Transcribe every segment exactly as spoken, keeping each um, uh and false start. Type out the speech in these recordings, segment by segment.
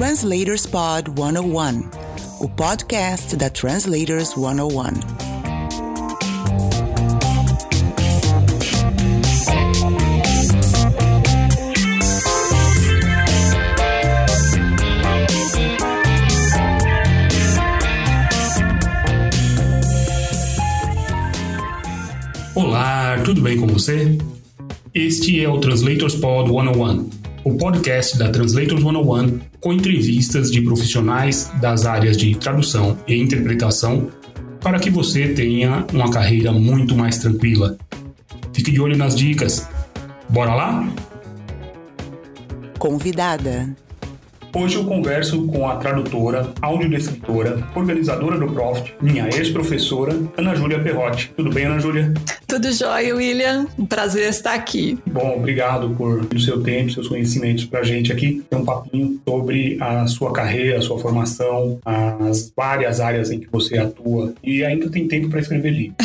Translators Pod cento e um, o podcast da Translators cento e um. Olá, tudo bem com você? Este é o Translators Pod cento e um, o podcast da Translators cento e um com entrevistas de profissionais das áreas de tradução e interpretação para que você tenha uma carreira muito mais tranquila. Fique de olho nas dicas. Bora lá? Convidada. Hoje eu converso com a tradutora, audiodescritora, organizadora do Profit, minha ex-professora, Ana Júlia Perrotti. Tudo bem, Ana Júlia? Tudo jóia, William. Um prazer estar aqui. Bom, obrigado por o seu tempo, seus conhecimentos pra gente aqui. Ter um papinho sobre a sua carreira, a sua formação, as várias áreas em que você atua. E ainda tem tempo para escrever livro.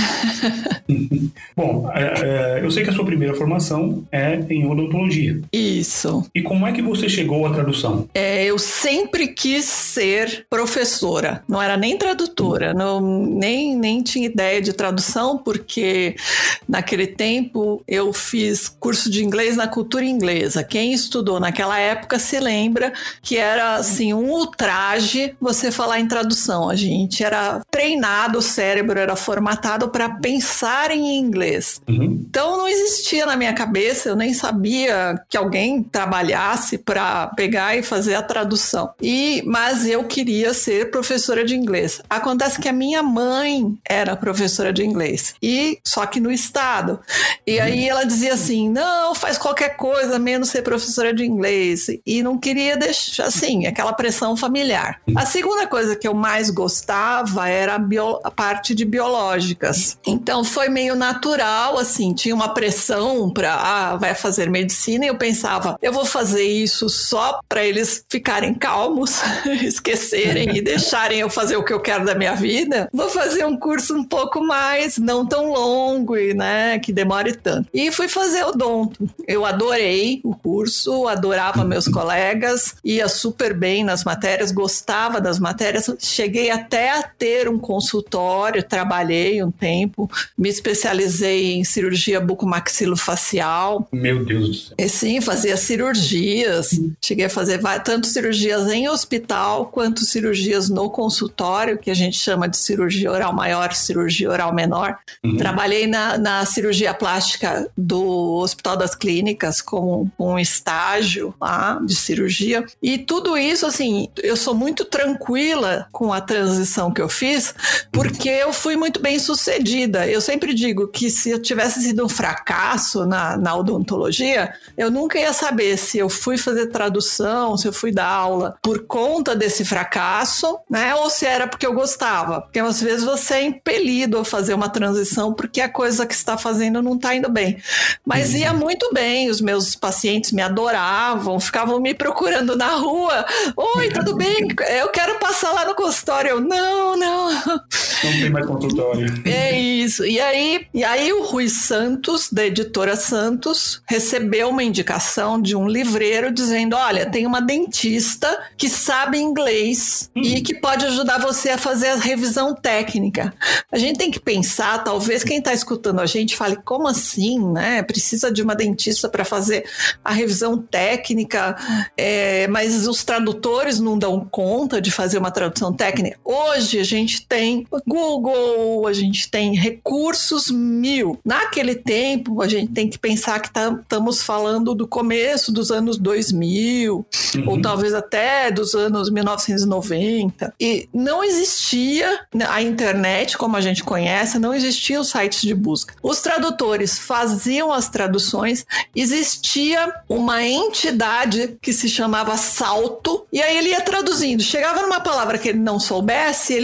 Bom, é, é, eu sei que a sua primeira formação é em odontologia. Isso. E como é que você chegou à tradução? É, eu sempre quis ser professora. Não era nem tradutora. Não, nem, nem tinha ideia de tradução, porque naquele tempo eu fiz curso de inglês na cultura inglesa. Quem estudou naquela época se lembra que era assim, um ultraje você falar em tradução. A gente era treinado, o cérebro era formatado para pensar em inglês. Uhum. Então não existia na minha cabeça, eu nem sabia que alguém trabalhasse para pegar e fazer a tradução. E, mas eu queria ser professora de inglês. Acontece que a minha mãe era professora de inglês, e só que no estado. E aí ela dizia assim, não, faz qualquer coisa, menos ser professora de inglês. E não queria deixar, assim, aquela pressão familiar. A segunda coisa que eu mais gostava era a, bio, a parte de biológicas. Então foi meio natural, assim, tinha uma pressão para, ah, vai fazer medicina, e eu pensava, eu vou fazer isso só para eles ficarem calmos, esquecerem e deixarem eu fazer o que eu quero da minha vida. Vou fazer um curso um pouco mais, não tão longo e, né, que demore tanto. E fui fazer odonto. Eu adorei o curso, adorava meus colegas, ia super bem nas matérias, gostava das matérias, cheguei até a ter um consultório, trabalhei um tempo, me especializei em cirurgia bucomaxilofacial. Meu Deus do céu. E sim, fazia cirurgias. Cheguei a fazer tanto cirurgias em hospital quanto cirurgias no consultório, que a gente chama de cirurgia oral maior, cirurgia oral menor. Uhum. Trabalhei na, na cirurgia plástica do Hospital das Clínicas com um estágio lá de cirurgia. E tudo isso, assim, eu sou muito tranquila com a transição que eu fiz, porque eu fui muito bem sucedida. Eu sempre digo que se eu tivesse sido um fracasso na, na odontologia, eu nunca ia saber se eu fui fazer tradução, se eu fui dar aula por conta desse fracasso, né? Ou se era porque eu gostava. Porque às vezes você é impelido a fazer uma transição porque a coisa que você está fazendo não está indo bem. Mas ia muito bem, os meus pacientes me adoravam, ficavam me procurando na rua. Oi, tudo bem? Eu quero passar lá no consultório. Eu, não, não. Não tem mais consultório. É isso. E aí, e aí o Rui Santos, da editora Santos, recebeu uma indicação de um livreiro dizendo, olha, tem uma dentista que sabe inglês hum. e que pode ajudar você a fazer a revisão técnica. A gente tem que pensar, talvez quem está escutando a gente fale, como assim, né? Precisa de uma dentista para fazer a revisão técnica, é, mas os tradutores não dão conta de fazer uma tradução técnica. Hoje a gente tem Google, a gente tem recursos mil. Naquele tempo, a gente tem que pensar que estamos tá, falando do começo dos anos dois mil, uhum. ou talvez até dos anos mil novecentos e noventa. E não existia a internet, como a gente conhece, não existiam sites de busca. Os tradutores faziam as traduções, existia uma entidade que se chamava Salto, e aí ele ia traduzindo. Chegava numa palavra que ele não soubesse, ele abria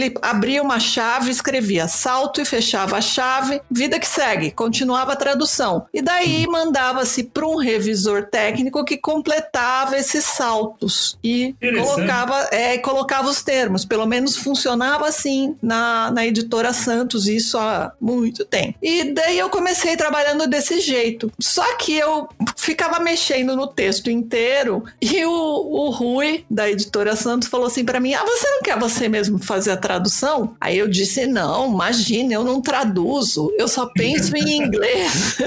abria uma chave, escrevia salto e fechava a chave, vida que segue, continuava a tradução. E daí mandava-se para um revisor técnico que completava esses saltos e colocava, é, colocava os termos. Pelo menos funcionava assim na, na editora Santos, isso há muito tempo. E daí eu comecei trabalhando desse jeito. Só que eu ficava mexendo no texto inteiro e o, o Rui, da editora Santos, falou assim para mim, ah, você não quer você mesmo fazer a tradução? Aí eu disse, não, imagina, eu não traduzo, eu só penso em inglês.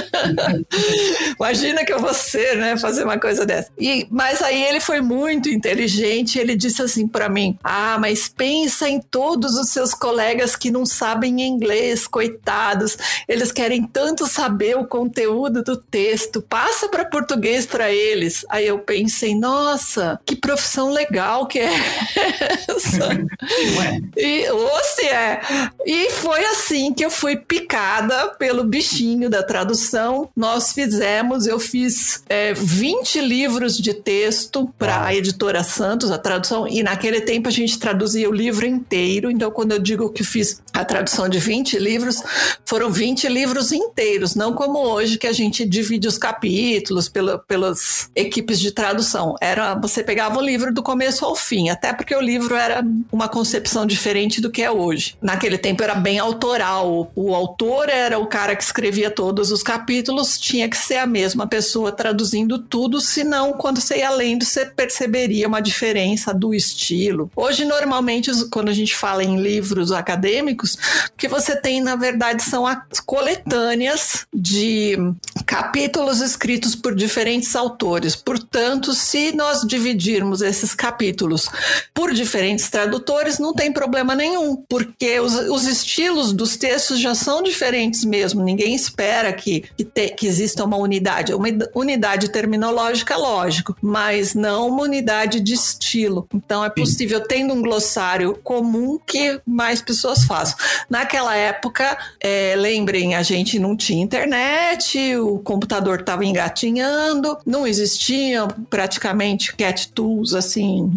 Imagina que eu vou ser, né, fazer uma coisa dessa. E, mas aí ele foi muito inteligente, ele disse assim para mim, ah, mas pensa em todos os seus colegas que não sabem inglês, coitados, eles querem tanto saber o conteúdo do texto, passa para português para eles. Aí eu pensei, nossa, que profissão legal que é essa. E, ou se é. E foi assim que eu fui picada pelo bichinho da tradução. Nós fizemos, eu fiz é, vinte livros de texto para a editora Santos, a tradução, e naquele tempo a gente traduzia o livro inteiro. Então, quando eu digo que fiz a tradução de vinte livros, foram vinte livros inteiros, não como hoje que a gente divide os capítulos pela, pelas equipes de tradução. Era, você pegava o livro do começo ao fim, até porque o livro era uma concepção diferente do que é hoje. Naquele tempo era bem autoral, o, o autor era o cara que escrevia todos os capítulos, tinha que ser a mesma pessoa traduzindo tudo, senão quando você ia lendo você perceberia uma diferença do estilo. Hoje normalmente quando a gente fala em livros acadêmicos, o que você tem na verdade são as coletâneas de capítulos escritos por diferentes autores. Portanto, se nós dividirmos esses capítulos por diferentes tradutores, não tem problema nenhum, porque os, os estilos dos textos já são diferentes mesmo. Ninguém espera que, que, te, que exista uma unidade. Uma unidade terminológica, lógico, mas não uma unidade de estilo. Então, é possível, tendo um glossário comum, que mais pessoas façam. Naquela época, é, lembrem, a gente não tinha internet, o computador estava engatinhando, não existiam praticamente cat tools assim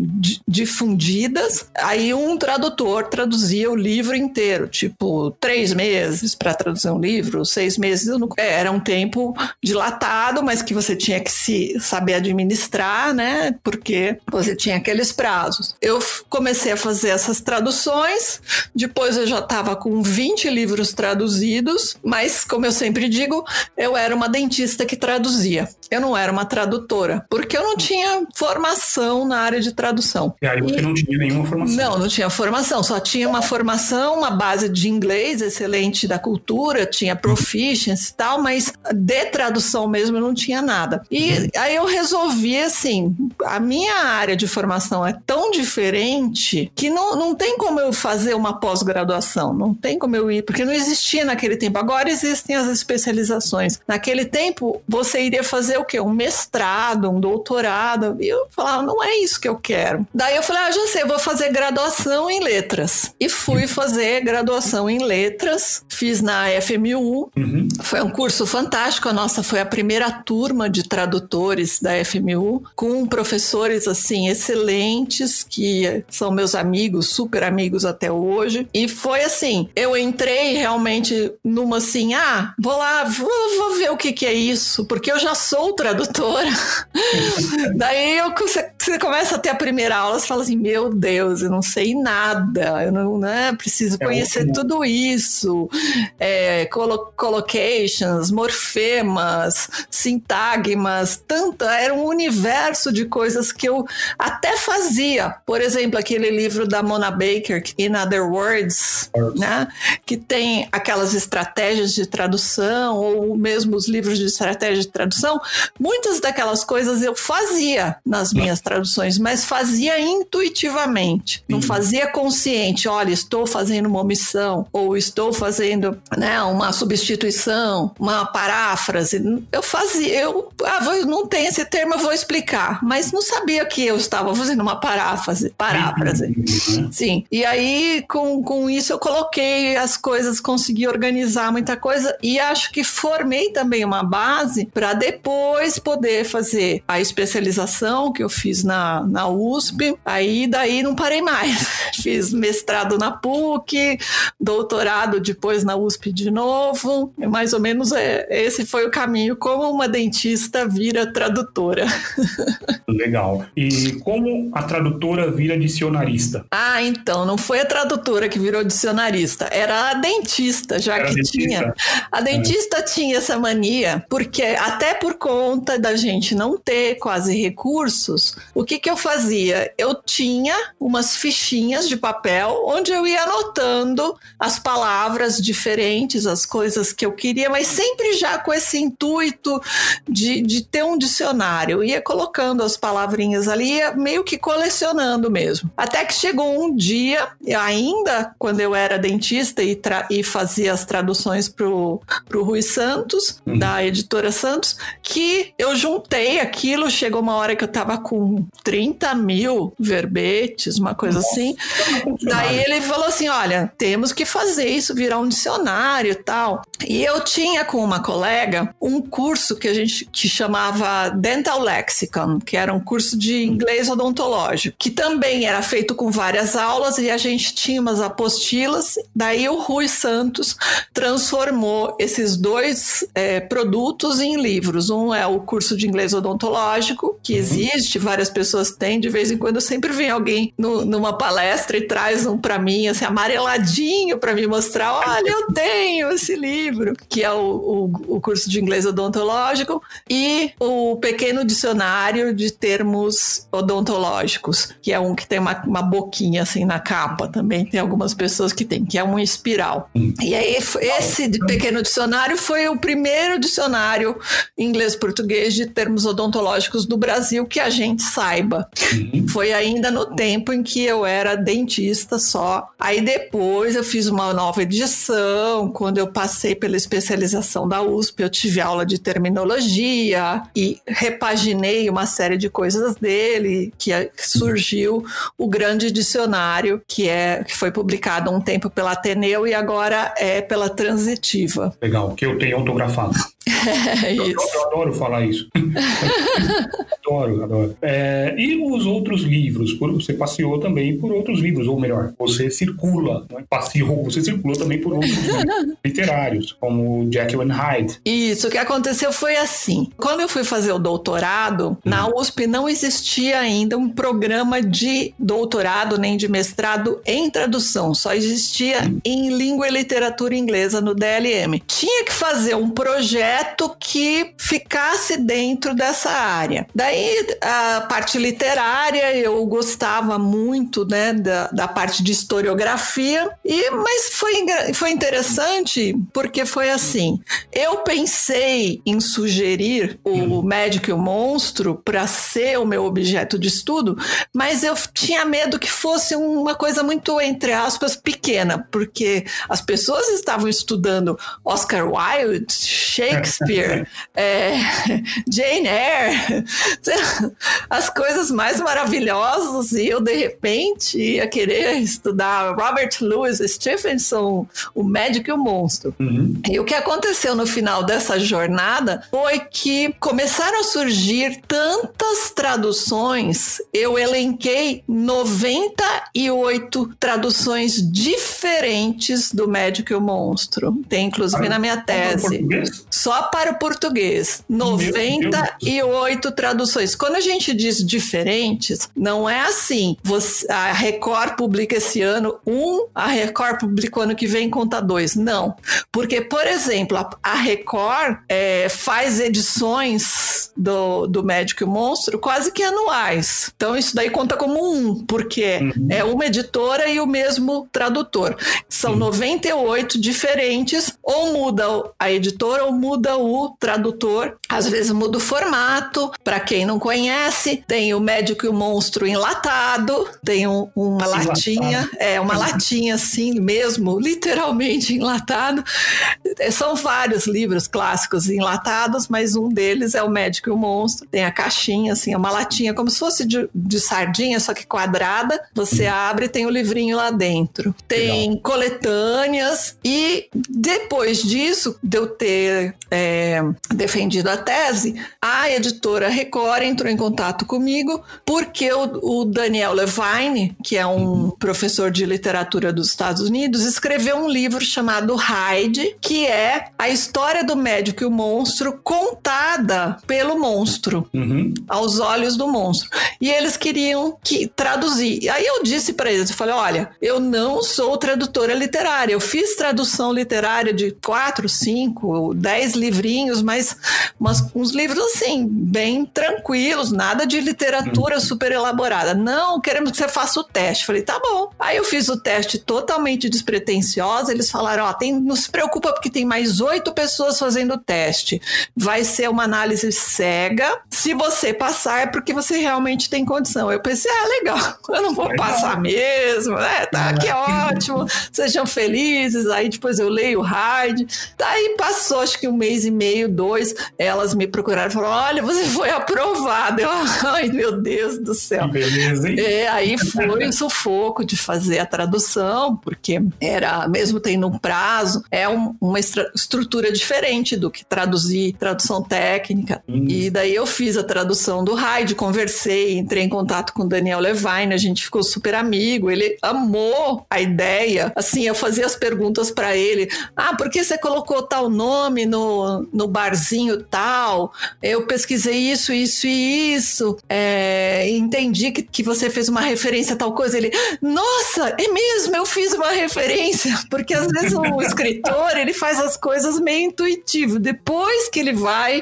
difundidas. Aí um tradutor traduzia o livro inteiro, tipo três meses para traduzir um livro, seis meses. Não... Era um tempo dilatado, mas que você tinha que se saber administrar, né? Porque você tinha aqueles prazos. Eu comecei a fazer essas traduções, depois eu já estava com vinte livros traduzidos, mas como eu sempre digo, eu era uma dentista que traduzia. Eu não era uma tradutora, porque eu não tinha formação na área de tradução. E aí você e... não tinha nenhuma formação? Não, não tinha formação. Só tinha uma formação, uma base de inglês excelente da cultura, tinha proficiency e tal, mas de tradução mesmo eu não tinha nada. E aí eu resolvi, assim, a minha área de formação é tão diferente que não, não tem como eu fazer uma pós-graduação, não tem como eu ir, porque não existia naquele tempo. Agora existem as especializações. Naquele tempo, você iria fazer o quê? Um mestrado, um doutorado. E eu falava, não é isso que eu quero. Daí eu falei, ah, já sei, eu vou fazer graduação em letras. E fui fazer graduação em letras, fiz na F M U. Uhum. Foi um curso fantástico. A nossa foi a primeira turma de tradutores da F M U, com professores, assim, excelentes, que são meus amigos, super amigos até hoje. E foi assim, eu entrei realmente numa assim, ah, vou lá, vou, vou ver o que que é isso, porque eu já sou tradutora. Daí eu, você, você começa a ter a primeira aula, você fala assim, meu Deus, eu não sei nada, eu não, né, preciso conhecer é tudo isso, é, colo- collocations, morfemas, sintagmas, tanto, era um universo de coisas que eu até fazia. Por exemplo, aquele livro da Mona Baker, In Other Words, né, que tem aquelas estratégias de tradução, ou mesmo os livros de estratégia de tradução, muitas daquelas coisas eu fazia nas minhas traduções, mas fazia intuitivamente, não fazia consciente, olha, estou fazendo uma omissão, ou estou fazendo, né, uma substituição, uma paráfrase. Eu fazia, eu, ah, vou, não tem esse termo, eu vou explicar, mas não sabia que eu estava fazendo uma paráfrase, paráfrase. Sim, e aí com, com isso eu coloquei as coisas, consegui organizar muita coisa e acho que formei também uma base para depois poder fazer a especialização que eu fiz fiz na, na U S P, aí daí não parei mais. Fiz mestrado na P U C, doutorado depois na U S P de novo, mais ou menos é, esse foi o caminho, como uma dentista vira tradutora. Legal. E como a tradutora vira dicionarista? Ah, então, não foi a tradutora que virou dicionarista, era a dentista, já era que dentista. tinha. A dentista é. tinha essa mania, porque até por conta da gente não ter quase recursos, o que que eu fazia? Eu tinha umas fichinhas de papel onde eu ia anotando as palavras diferentes, as coisas que eu queria, mas sempre já com esse intuito de, de ter um dicionário. Eu ia colocando as palavrinhas ali, ia meio que colecionando mesmo. Até que chegou um dia, ainda quando eu era dentista e, tra- e fazia as traduções pro, pro Rui Santos, uhum. da editora Santos, que eu juntei aquilo, chegou uma hora que eu tava com trinta mil verbetes, uma coisa Nossa, assim. Daí ele falou assim, olha, temos que fazer isso virar um dicionário e tal. E eu tinha com uma colega um curso que a gente que chamava Dental Lexicon, que era um curso de inglês odontológico, que também era feito com várias aulas e a gente tinha umas apostilas. Daí o Rui Santos transformou esses dois é, produtos em livros. Um é o curso de inglês odontológico, que existe, várias pessoas têm, de vez em quando eu sempre venho alguém no, numa palestra e traz um para mim, assim, amareladinho para me mostrar, olha, eu tenho esse livro, que é o, o, o curso de inglês odontológico, e o pequeno dicionário de termos odontológicos, que é um que tem uma, uma boquinha assim na capa, também tem algumas pessoas que tem, que é uma espiral. E aí esse de pequeno dicionário foi o primeiro dicionário inglês-português de termos odontológicos do Brasil que a gente saiba. Uhum. Foi ainda no tempo em que eu era dentista só. Aí depois eu fiz uma nova edição, quando eu passei pela especialização da U S P, eu tive aula de terminologia e repaginei uma série de coisas dele, que surgiu o grande dicionário, que, é, que foi publicado há um tempo pela Ateneu e agora é pela Transitiva. Legal, que eu tenho autografado. É isso. Eu, eu adoro falar isso. adoro, adoro. É, e os outros livros? Você passeou também por outros livros, ou melhor, você circula, não é? Passeou, você circula também por outros livros literários, como Jekyll and Hyde. Isso, o que aconteceu foi assim. Quando eu fui fazer o doutorado, hum. na U S P não existia ainda um programa de doutorado nem de mestrado em tradução, só existia hum. em língua e literatura inglesa no D L M. Tinha que fazer um projeto que ficasse dentro dessa área. Daí, a parte literária, eu gostava muito, né, da, da parte de historiografia, e, mas foi, foi interessante porque foi assim, eu pensei em sugerir o Médico e o Monstro para ser o meu objeto de estudo, mas eu tinha medo que fosse uma coisa muito, entre aspas, pequena, porque as pessoas estavam estudando Oscar Wilde, Shakespeare, é, Jane Eyre, as coisas mais maravilhosas, e eu de repente ia querer estudar Robert Louis Stevenson, o Médico e o Monstro. Uhum. E o que aconteceu no final dessa jornada foi que começaram a surgir tantas traduções, eu elenquei noventa e oito traduções diferentes do Médico e o Monstro. Tem inclusive ah, na minha tese. Só para o português. noventa e oito traduções. Quando a gente diz diferentes, não é assim. Você, a Record publica esse ano um, a Record publica o ano que vem conta dois. Não. Porque, por exemplo, a, a Record é, faz edições do, do Médico e o Monstro quase que anuais. Então, isso daí conta como um, porque uhum. é uma editora e o mesmo tradutor. São uhum. noventa e oito diferentes, ou muda a editora ou muda o tradutor. Às vezes muda o formato. Para quem não conhece, tem o Médico e o Monstro enlatado, tem um, uma Sim, latinha, enlatado. é uma latinha assim mesmo, literalmente enlatado. São vários livros clássicos enlatados, mas um deles é o Médico Médico e o Monstro. Tem a caixinha, assim, uma latinha como se fosse de, de sardinha, só que quadrada. Você hum. abre e tem o livrinho lá dentro. Tem Legal. coletâneas e depois disso, de eu ter é, defendido a tese, a editora Record entrou em contato comigo porque o, o Daniel Levine, que é um hum. professor de literatura dos Estados Unidos, escreveu um livro chamado Hyde, que é a história do médico e o monstro contada pelo monstro, uhum. aos olhos do monstro. E eles queriam que traduzir. Aí eu disse para eles, eu falei, olha, eu não sou tradutora literária, eu fiz tradução literária de quatro, cinco, dez livrinhos, mas umas, uns livros assim, bem tranquilos, nada de literatura uhum. super elaborada. Não, queremos que você faça o teste. Falei, tá bom. Aí eu fiz o teste totalmente despretensiosa, eles falaram, ó, tem, não se preocupa porque tem mais oito pessoas fazendo o teste. Vai ser uma análise cega. Se você passar é porque você realmente tem condição. Eu pensei, ah, legal, eu não vou legal. passar mesmo, né? Tá, que ótimo, sejam felizes. Aí depois eu leio o Hyde. Daí passou acho que um mês e meio, dois, elas me procuraram e falaram, olha, você foi aprovada. Eu, ai, meu Deus do céu. Que beleza, hein? É, aí foi o sufoco de fazer a tradução, porque era, mesmo tendo um prazo, é um, uma estra- estrutura diferente do que traduzir, tradução técnica. Hum. E daí eu fiz a tradução do Hyde, conversei, entrei em contato com o Daniel Levine, a gente ficou super amigo, ele amou a ideia. Assim, eu fazia as perguntas para ele, ah, por que você colocou tal nome no, no barzinho tal? Eu pesquisei isso, isso e isso, é, entendi que, que você fez uma referência a tal coisa. Ele, nossa, é mesmo, eu fiz uma referência, porque às vezes o escritor, ele faz as coisas meio intuitivo, depois que ele vai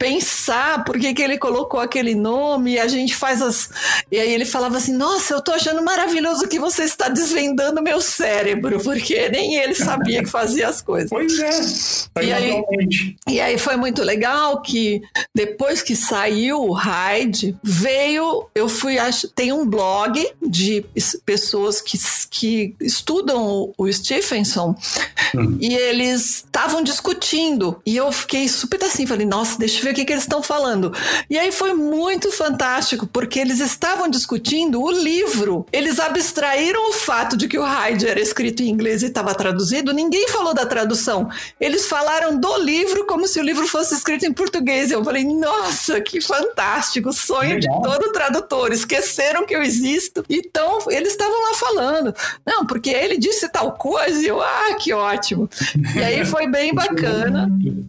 pensar por que que ele colocou aquele nome, a gente faz as... E aí ele falava assim, nossa, eu tô achando maravilhoso que você está desvendando meu cérebro, porque nem ele sabia que fazia as coisas. Pois é. E aí, e aí foi muito legal que depois que saiu o Hyde, veio, eu fui, acho, tem um blog de pessoas que, que estudam o Stephenson hum. e eles estavam discutindo e eu fiquei super assim, falei, nossa, deixa eu ver o que, que eles estão falando. E aí foi muito fantástico, porque eles estavam discutindo o livro. Eles abstraíram o fato de que o Hyde era escrito em inglês e estava traduzido, ninguém falou da tradução. Eles falaram do livro como se o livro fosse escrito em português. Eu falei, nossa, que fantástico, sonho Legal. de todo tradutor. Esqueceram que eu existo. Então, eles estavam lá falando. Não, porque ele disse tal coisa e eu, ah, que ótimo. E aí foi bem bacana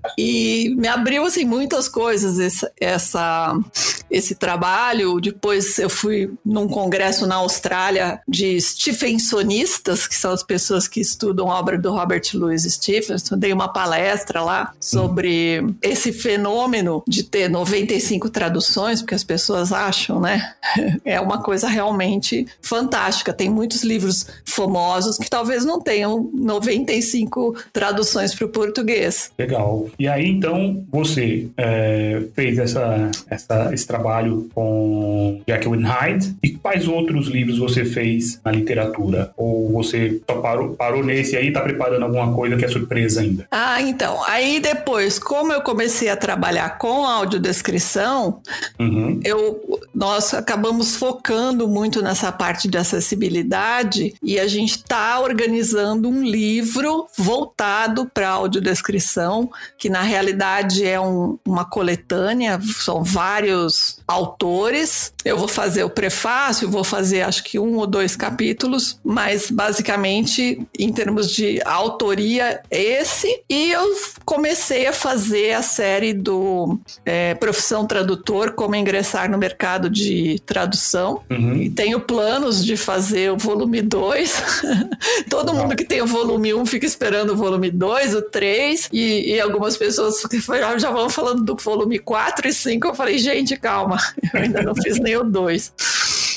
e me abriu, assim, muitas coisas essa, essa, esse trabalho. Depois eu fui num congresso na Austrália de Stephensonistas, que são as pessoas que estudam a obra do Robert Louis Stevenson. Dei uma palestra lá sobre esse fenômeno de ter noventa e cinco traduções, porque as pessoas acham, né? É uma coisa realmente fantástica. Tem muitos livros famosos que talvez não tenham noventa e cinco traduções para o português. Legal. E aí, então, você é, fez essa, essa, esse trabalho com Jekyll and Hyde. E quais outros livros você fez na literatura? Ou você só parou, parou nesse aí e está preparando alguma coisa que é surpresa ainda? Ah, então. Aí depois, como eu comecei a trabalhar com audiodescrição, uhum. eu, nós acabamos focando muito nessa parte de acessibilidade e a gente está organizando um livro voltado para audiodescrição, que na realidade é um, uma coletânea, são vários autores. Eu vou fazer o prefácio, vou fazer acho que um ou dois capítulos, mas basicamente em termos de autoria esse, e eu comecei a fazer a série do é, Profissão Tradutor, como ingressar no mercado de tradução, uhum. e tenho planos de fazer o volume dois. Todo Legal. mundo que tem o volume um fica esperando o volume dois, o três, e, e algumas pessoas já vão falando do volume quatro e cinco. Eu falei, gente, calma, eu ainda não fiz nem o dois.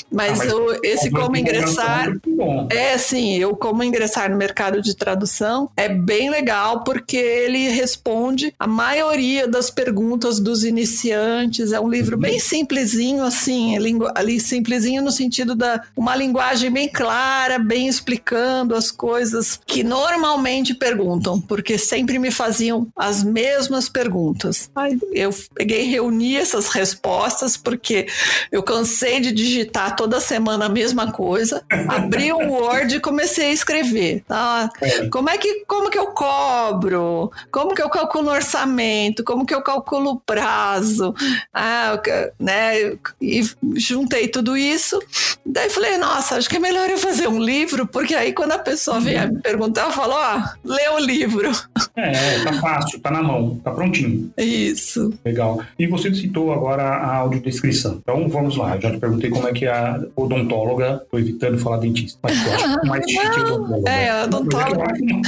Mas, ah, mas eu, esse como ingressar... É, sim, eu como ingressar no mercado de tradução é bem legal, porque ele responde a maioria das perguntas dos iniciantes. É um livro uhum. bem simplesinho, assim, ali simplesinho no sentido da uma linguagem bem clara, bem explicando as coisas que normalmente perguntam, porque sempre me faziam as mesmas perguntas. Aí eu peguei e reuni essas respostas, porque eu cansei de digitar toda semana a mesma coisa, abri um Word e comecei a escrever. Tá? Como é que, como que eu cobro? Como que eu calculo orçamento? Como que eu calculo o prazo? Ah, né? E juntei tudo isso. Daí falei, nossa, acho que é melhor eu fazer um livro, porque aí quando a pessoa vier me perguntar, eu falo, ó, oh, lê o livro. É, tá fácil, tá na mão, tá prontinho. Isso. Legal. E você citou agora a audiodescrição. Então vamos lá, eu já te perguntei como é que a odontóloga, tô evitando falar dentista, mas eu acho mais chique odontóloga. É, odontóloga.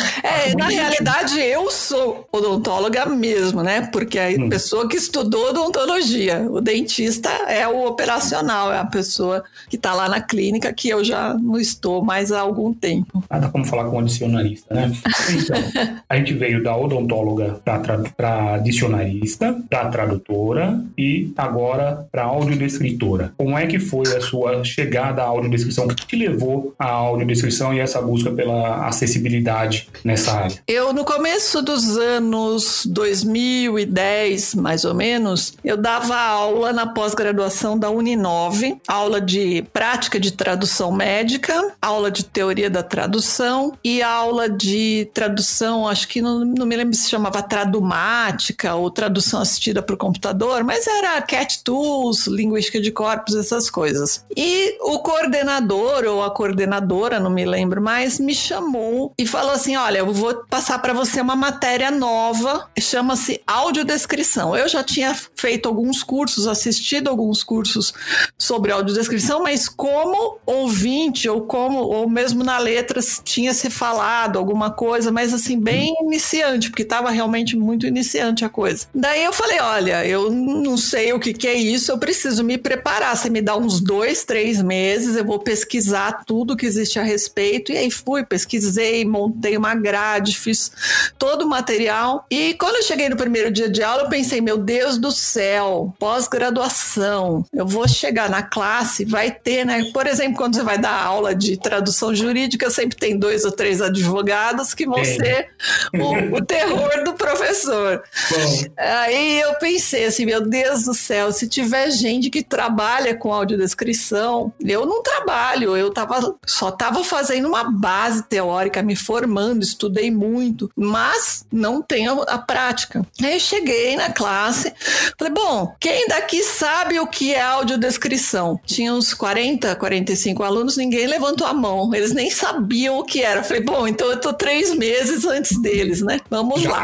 É, na realidade eu sou odontóloga mesmo, né? Porque a hum. pessoa que estudou odontologia, o dentista é o operacional, é a pessoa que tá lá na clínica, que eu já não estou mais há algum tempo. Nada como falar com um dicionarista, né? Então, a gente veio da odontóloga para dicionarista, para tradutora e agora para audiodescritora. Como é que foi a sua chegada à audiodescrição? O que te levou à audiodescrição e essa busca pela acessibilidade nessa área? Eu, no começo dos anos dois mil e dez, mais ou menos, eu dava aula na pós-graduação da Uninove, aula de prática de tradução médica, aula de teoria da tradução e aula de tradução, acho que não, não me lembro se chamava tradumática ou tradução assistida por computador, mas era Cat Tools, linguística de corpos, essas coisas. E o coordenador ou a coordenadora, não me lembro mais, me chamou e falou assim, olha, eu vou passar para você uma matéria nova, chama-se audiodescrição. Eu já tinha feito alguns cursos, assistido alguns cursos sobre audiodescrição, mas como ouvinte ou como, ou mesmo na letras tinha se falado alguma coisa, mas assim, bem iniciante, porque estava realmente muito iniciante a coisa. Daí eu falei, olha, eu não sei o que, que é isso, eu preciso me preparar, você me dá uns dois, três meses, eu vou pesquisar tudo que existe a respeito, e aí fui, pesquisei, montei uma grade, fiz todo o material, e quando eu cheguei no primeiro dia de aula, eu pensei, meu Deus do céu, pós-graduação, eu vou chegar na classe, vai ter, né, por exemplo, quando você vai dar aula de tradução jurídica, sempre tem dois ou três advogados que vão é. ser o, o terror do professor. Bom. Aí eu pensei assim, meu Deus do céu, se tiver gente que trabalha com audiodescrição, eu não trabalho, eu tava, só estava fazendo uma base teórica, me formando, estudei muito, mas não tenho a prática. Aí eu cheguei na classe, falei, bom, quem daqui sabe o que é audiodescrição? Tinha uns quarenta, quarenta e cinco alunos, ninguém levantou a mão, eles nem sabiam o que era. Falei, bom, então eu tô três meses antes deles, né? Vamos lá.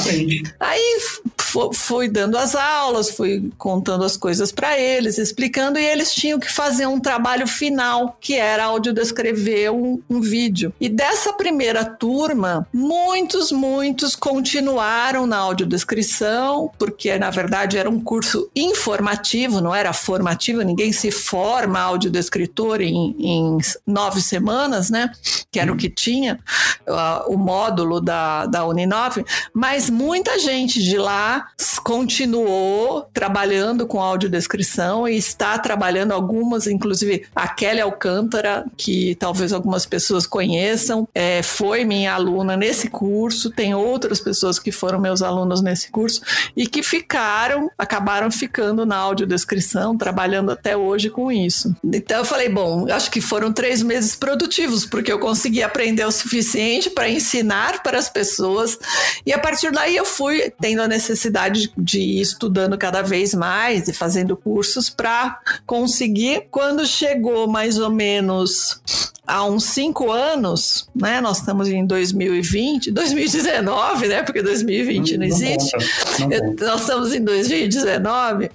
Aí fui dando as aulas, fui contando as coisas para eles, explicando, e eles tinham que fazer um trabalho final, que era audiodescrever um, um vídeo. E dessa primeira turma, muitos, muitos continuaram na audiodescrição, porque na verdade era um curso informativo, não era formativo, ninguém se forma audiodescritor em, em nove semanas, né? Que era o que tinha, uh, o módulo da, da Uninove, mas muita gente de lá continuou trabalhando com audiodescrição e está trabalhando, algumas, inclusive a Kelly Alcântara, que talvez algumas pessoas conheçam, é, foi minha aluna nesse curso, tem outras pessoas que foram meus alunos nesse curso e que ficaram, acabaram ficando na audiodescrição, trabalhando até hoje com isso. Então eu falei, bom, acho que foram três meses produtivos, porque eu consegui aprender o suficiente para ensinar para as pessoas, e a partir daí eu fui tendo a necessidade de ir estudando cada vez mais e fazendo cursos para conseguir. Quando chegou mais ou menos há uns cinco anos, né? Nós estamos em dois mil e vinte, dois mil e dezenove, né? Porque dois mil e vinte não, não existe. Não conta, não conta. Nós estamos em dois mil e dezenove.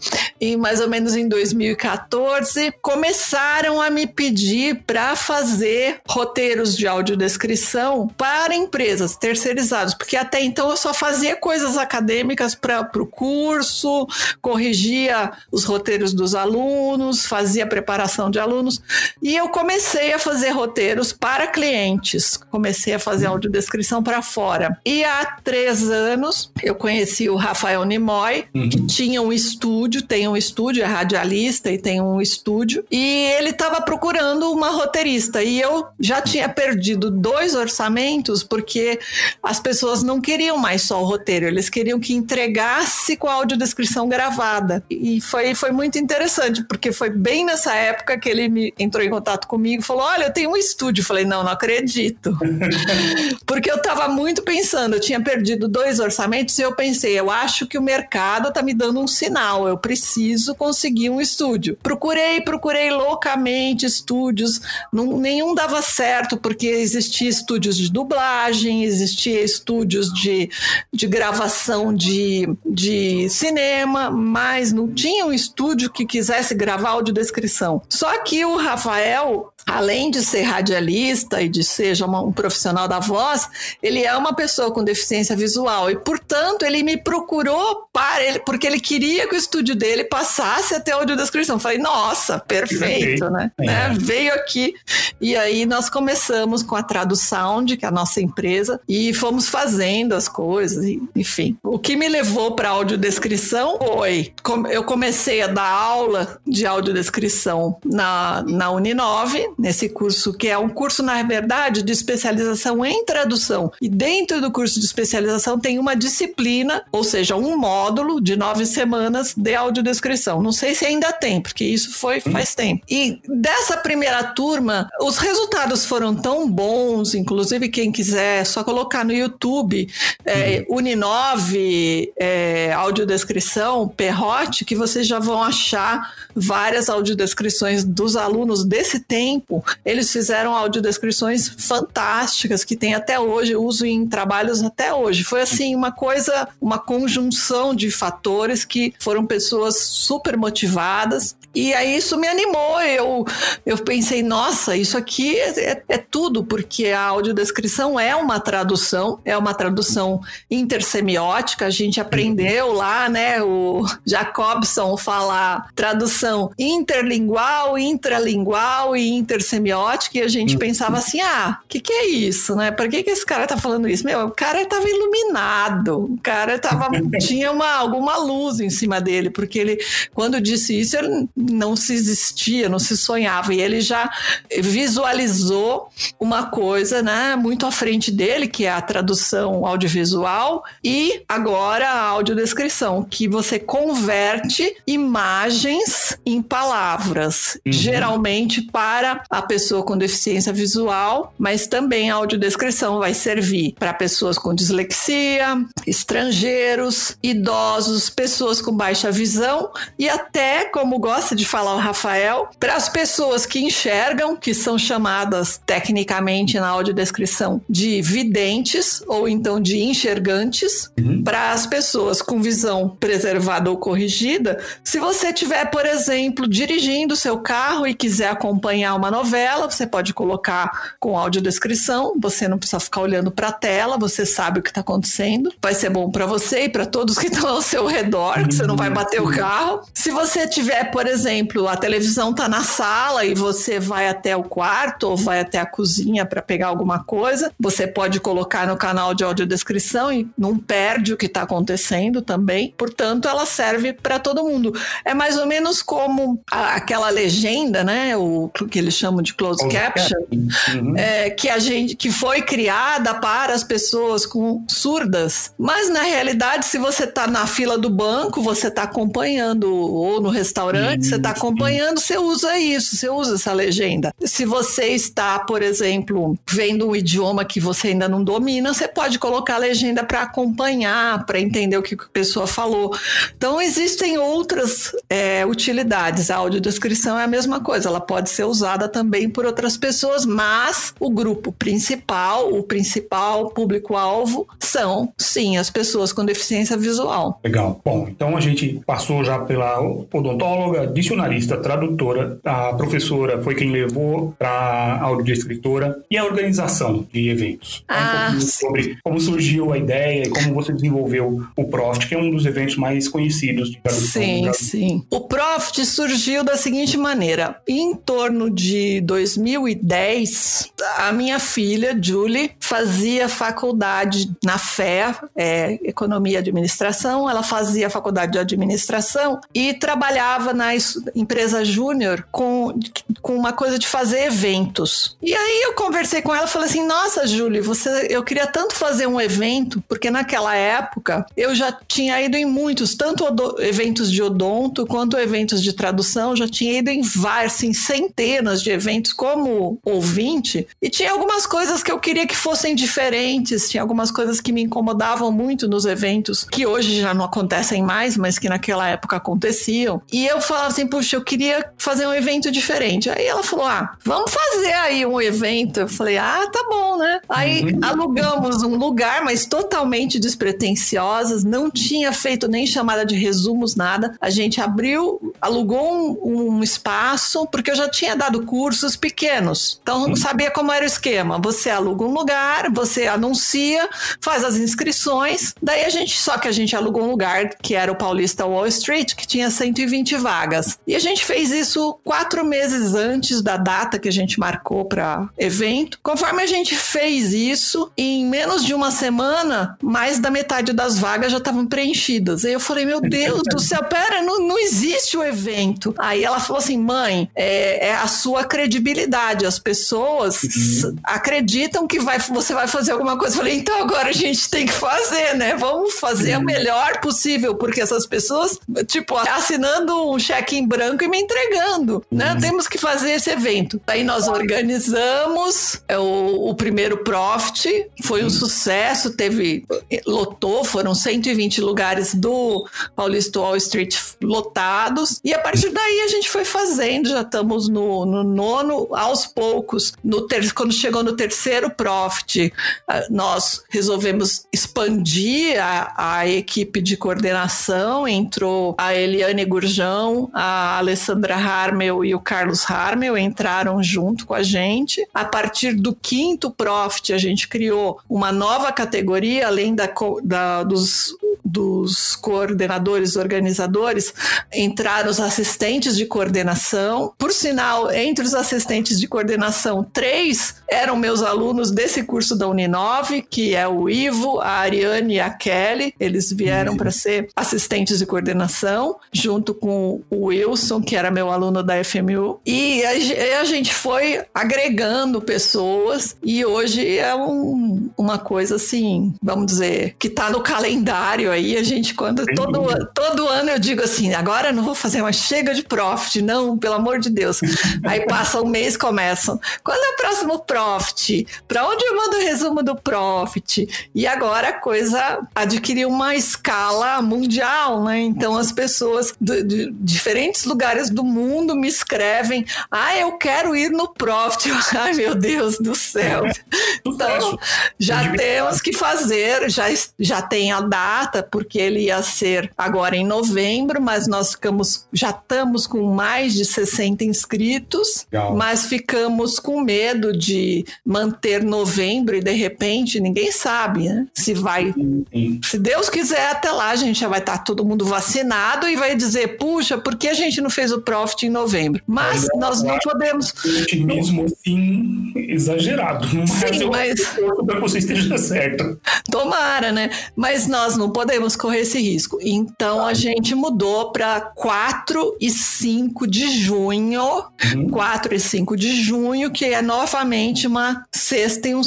e mais ou menos em dois mil e quatorze, começaram a me pedir para fazer roteiros de audiodescrição para empresas terceirizadas, porque até então eu só fazia coisas acadêmicas para o curso, corrigia os roteiros dos alunos, fazia preparação de alunos, e eu comecei a fazer roteiros para clientes, comecei a fazer audiodescrição para fora. E há três anos eu conheci o Rafael Nimoy, uhum. que tinha um estúdio, tem um estúdio, é radialista e tem um estúdio, e ele estava procurando uma roteirista, e eu já tinha perdido dois orçamentos porque as pessoas não queriam mais só o roteiro, eles queriam que entregasse com a audiodescrição gravada. E foi, foi muito interessante, porque foi bem nessa época que ele me entrou em contato comigo e falou, olha, eu tenho um estúdio. Eu falei, não, não acredito. Porque eu estava muito pensando, eu tinha perdido dois orçamentos e eu pensei, eu acho que o mercado está me dando um sinal, eu preciso conseguir um estúdio. Procurei, procurei loucamente estúdios, não, nenhum dava certo, porque existia estúdios de dublagem, existia estúdios de, de gravação de, de cinema, mas não tinha um estúdio que quisesse gravar audiodescrição. Só que o Rafael, além de ser radialista e de ser já uma, um profissional da voz, ele é uma pessoa com deficiência visual e, portanto, ele me procurou para ele, porque ele queria que o estúdio dele passasse até a audiodescrição. Falei, nossa, perfeito, né? É. né? Veio aqui e aí nós começamos com a Tradusound, que é a nossa empresa, e fomos fazendo as coisas, enfim. O que me levou para a audiodescrição foi, eu comecei a dar aula de audiodescrição na, na Uninove, nesse curso que é um curso, na verdade, de especialização em tradução. E dentro do curso de especialização tem uma disciplina, ou seja, um módulo de nove semanas de audiodescrição. Não sei se ainda tem, porque isso foi faz tempo. E dessa primeira turma, os resultados foram tão bons, inclusive quem quiser, é só colocar no YouTube, é, Uninove, é, audiodescrição, Perrote, que vocês já vão achar várias audiodescrições dos alunos desse tempo. Eles fizeram audiodescrições fantásticas, que tem até hoje, uso em trabalhos até hoje. Foi assim, uma coisa, uma conjunção de fatores que foram pessoas super motivadas. E aí isso me animou, eu, eu pensei, nossa, isso aqui é, é tudo, porque a audiodescrição é uma tradução, é uma tradução intersemiótica, a gente aprendeu lá, né, o Jacobson falar tradução interlingual, intralingual e intersemiótica, e a gente pensava assim, ah, o que, que é isso, né, por que, que esse cara tá falando isso? Meu, o cara estava iluminado, o cara tava, tinha uma, alguma luz em cima dele, porque ele, quando disse isso, ele não se existia, não se sonhava, e ele já visualizou uma coisa, né, muito à frente dele, que é a tradução audiovisual e agora a audiodescrição, que você converte imagens em palavras, uhum. geralmente para a pessoa com deficiência visual, mas também a audiodescrição vai servir para pessoas com dislexia, estrangeiros, idosos, pessoas com baixa visão e até, como gosta de falar o Rafael, para as pessoas que enxergam, que são chamadas tecnicamente na audiodescrição de videntes ou então de enxergantes, uhum. para as pessoas com visão preservada ou corrigida. Se você tiver, por exemplo, dirigindo o seu carro e quiser acompanhar uma novela, você pode colocar com audiodescrição, você não precisa ficar olhando para a tela, você sabe o que está acontecendo, vai ser bom para você e para todos que estão ao seu redor, que você não vai bater o carro. Se você tiver, por exemplo, a televisão está na sala e você vai até o quarto ou vai até a cozinha para pegar alguma coisa, você pode colocar no canal de audiodescrição e não perde o que está acontecendo também. Portanto, ela serve para todo mundo. É mais ou menos como a, aquela legenda, né? O que eles chamam de closed caption, uhum. é, que a gente que foi criada para as pessoas com surdas. Mas na realidade, se você está na fila do banco, você está acompanhando, ou no restaurante, uhum. você está acompanhando, você usa isso, você usa essa legenda. Se você está, por exemplo, vendo um idioma que você ainda não domina, você pode colocar a legenda para acompanhar, para entender o que a pessoa falou. Então, existem outras é, utilidades. A audiodescrição é a mesma coisa, ela pode ser usada também por outras pessoas, mas o grupo principal, o principal público-alvo são, sim, as pessoas com deficiência visual. Legal. Bom, então a gente passou já pela odontóloga, dicionarista, tradutora, a professora foi quem levou para a audiodescritora e a organização de eventos. Ah, um sobre como surgiu a ideia e como você desenvolveu o Profit, que é um dos eventos mais conhecidos de tradução. Sim, sim. O Profit surgiu da seguinte maneira. Em torno de dois mil e dez, a minha filha, Julie, fazia faculdade na F E A, é, Economia e Administração. Ela fazia faculdade de Administração e trabalhava na empresa Júnior com, com uma coisa de fazer eventos. E aí eu conversei com ela e falei assim, nossa, Julie, você, eu queria tanto fazer um evento, porque naquela época eu já tinha ido em muitos, tanto odo, eventos de odonto quanto eventos de tradução, já tinha ido em vários, em centenas de eventos como ouvinte, e tinha algumas coisas que eu queria que fossem diferentes, tinha algumas coisas que me incomodavam muito nos eventos, que hoje já não acontecem mais, mas que naquela época aconteciam. E eu falava assim, puxa, eu queria fazer um evento diferente. Aí ela falou, ah, vamos fazer aí um evento. Eu falei, ah, tá bom, né? Aí uhum. alugamos um lugar, mas totalmente despretensiosas, não tinha feito nem chamada de resumos, nada. A gente abriu, alugou um, um espaço, porque eu já tinha dado cursos pequenos. Então, uhum. sabia como era o esquema. Você aluga um lugar, você anuncia, faz as inscrições, daí a gente, só que a gente alugou um lugar que era o Paulista Wall Street, que tinha cento e vinte vagas. E a gente fez isso quatro meses antes da data que a gente marcou para evento. Conforme a gente fez isso, em menos de uma semana, mais da metade das vagas já estavam preenchidas. Aí eu falei, meu Deus do céu, pera, não, não existe o evento. Aí ela falou assim, mãe, é, é a sua credibilidade. As pessoas uhum. acreditam que vai, você vai fazer alguma coisa. Eu falei, então agora a gente tem que fazer, né? Vamos fazer uhum. o melhor possível, porque essas pessoas, tipo, assinando um cheque em branco e me entregando, né? Uhum. Temos que fazer esse evento. Aí nós organizamos é, o, o primeiro Profit, foi um uhum. sucesso, teve, lotou, foram cento e vinte lugares do Paulista Wall Street lotados, e a partir daí a gente foi fazendo, já estamos no, no nono, aos poucos, no ter, quando chegou no terceiro Profit, nós resolvemos expandir a, a equipe de coordenação, entrou a Eliane Gurjão, a Alessandra Harmel e o Carlos Harmel entraram junto com a gente. A partir do quinto Profit, a gente criou uma nova categoria, além da, da, dos, dos coordenadores, organizadores, entraram os assistentes de coordenação. Por sinal, entre os assistentes de coordenação, três eram meus alunos desse curso da Uninove, que é o Ivo, a Ariane e a Kelly. Eles vieram para ser assistentes de coordenação, junto com o Wilson, que era meu aluno da F M U. E a, a gente foi agregando pessoas, e hoje é um, uma coisa assim, vamos dizer, que tá no calendário aí. A gente, quando todo, todo ano eu digo assim, agora eu não vou fazer mais, chega de Profit, não, pelo amor de Deus. Aí passa um mês, começam, quando é o próximo Profit? Para onde eu mando o resumo do Profit? E agora a coisa adquiriu uma escala mundial, né? Então as pessoas de, de diferentes lugares do mundo me escrevem, ah, eu quero ir no Profit. Ai, meu Deus do céu. Então, já temos que fazer, já, já tem a data, porque ele ia ser agora em novembro, mas nós ficamos, já estamos com mais de sessenta inscritos, legal. Mas ficamos com medo de manter novembro e de repente ninguém sabe, né? Se vai, sim. Se Deus quiser, até lá a gente já vai estar todo mundo vacinado e vai dizer, puxa, por que a gente não fez o Profit em novembro? Mas é, nós não podemos... Otimismo, assim, exagerado. Mas sim, eu mas... espero que você esteja certo. Tomara, né? Mas nós não podemos correr esse risco. Então a gente mudou para quatro e cinco de junho, uhum. quatro e cinco de junho, que é novamente uma sexta e um,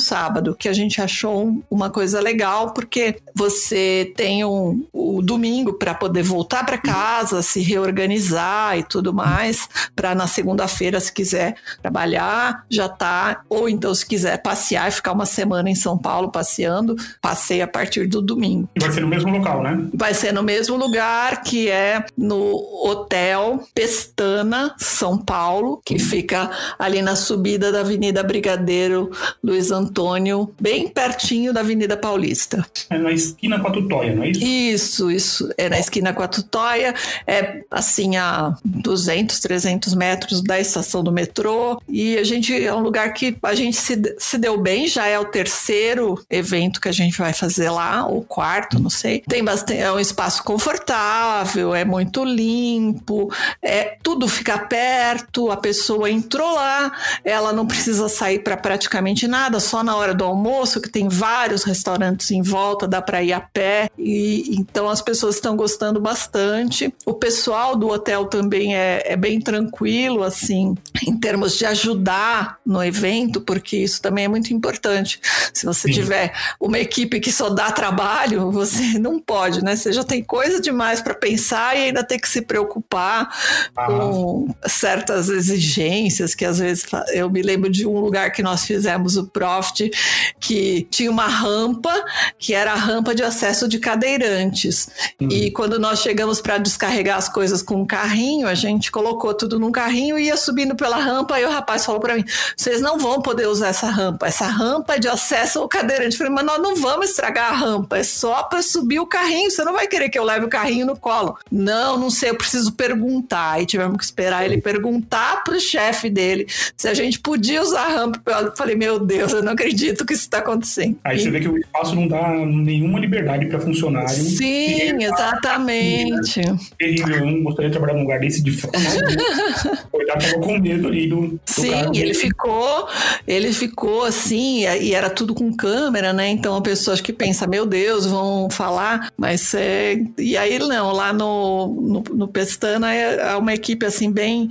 sábado, que a gente achou uma coisa legal, porque você tem um, o domingo para poder voltar para casa, se reorganizar e tudo mais, para na segunda-feira, se quiser trabalhar, já tá, ou então se quiser passear e ficar uma semana em São Paulo passeando, passeia a partir do domingo. E vai ser no mesmo local, né? Vai ser no mesmo lugar, que é no Hotel Pestana, São Paulo, que fica ali na subida da Avenida Brigadeiro Luiz Antônio, bem pertinho da Avenida Paulista. É na esquina com a Tutóia, não é isso? Isso, isso. É na esquina com a Tutóia, é assim a duzentos, trezentos metros da estação do metrô, e a gente é um lugar que a gente se, se deu bem, já é o terceiro evento que a gente vai fazer lá, ou quarto, não sei. Tem bastante, é um espaço confortável, é muito limpo, é, tudo fica perto, a pessoa entrou lá, ela não precisa sair para praticamente nada, só na hora do almoço, que tem vários restaurantes em volta, dá para ir a pé, e então as pessoas estão gostando bastante. O pessoal do hotel também é, é bem tranquilo, assim, em termos de ajudar no evento, porque isso também é muito importante. Se você Sim. tiver uma equipe que só dá trabalho, você não pode, né? Você já tem coisa demais para pensar e ainda tem que se preocupar ah. com certas exigências, que às vezes eu me lembro de um lugar que nós fizemos o Profit, que tinha uma rampa, que era a rampa de acesso de cadeirantes. Uhum. E quando nós chegamos para descarregar as coisas com um carrinho, a gente colocou tudo num carrinho e ia subindo pela rampa, e o rapaz falou para mim, vocês não vão poder usar essa rampa, essa rampa é de acesso ao cadeirante. Eu falei, mas nós não vamos estragar a rampa, é só para subir o carrinho, você não vai querer que eu leve o carrinho no colo. Não, não sei, eu preciso perguntar. Aí tivemos que esperar ele perguntar pro chefe dele se a gente podia usar a rampa. Eu falei, meu Deus, eu não acredito que isso está acontecendo. Aí e... você vê que o espaço não dá nenhuma liberdade para funcionário. Sim, exatamente. Terrível, eu não gostaria de trabalhar num lugar desse de forma alguma. Coitado, tava com medo ali do, do Sim, cara. ele ficou, ele ficou assim, e era tudo com câmera, né? Então a pessoa acho que pensa, meu Deus, vão falar, mas é... E aí não, lá no, no, no Pestana é uma equipe assim bem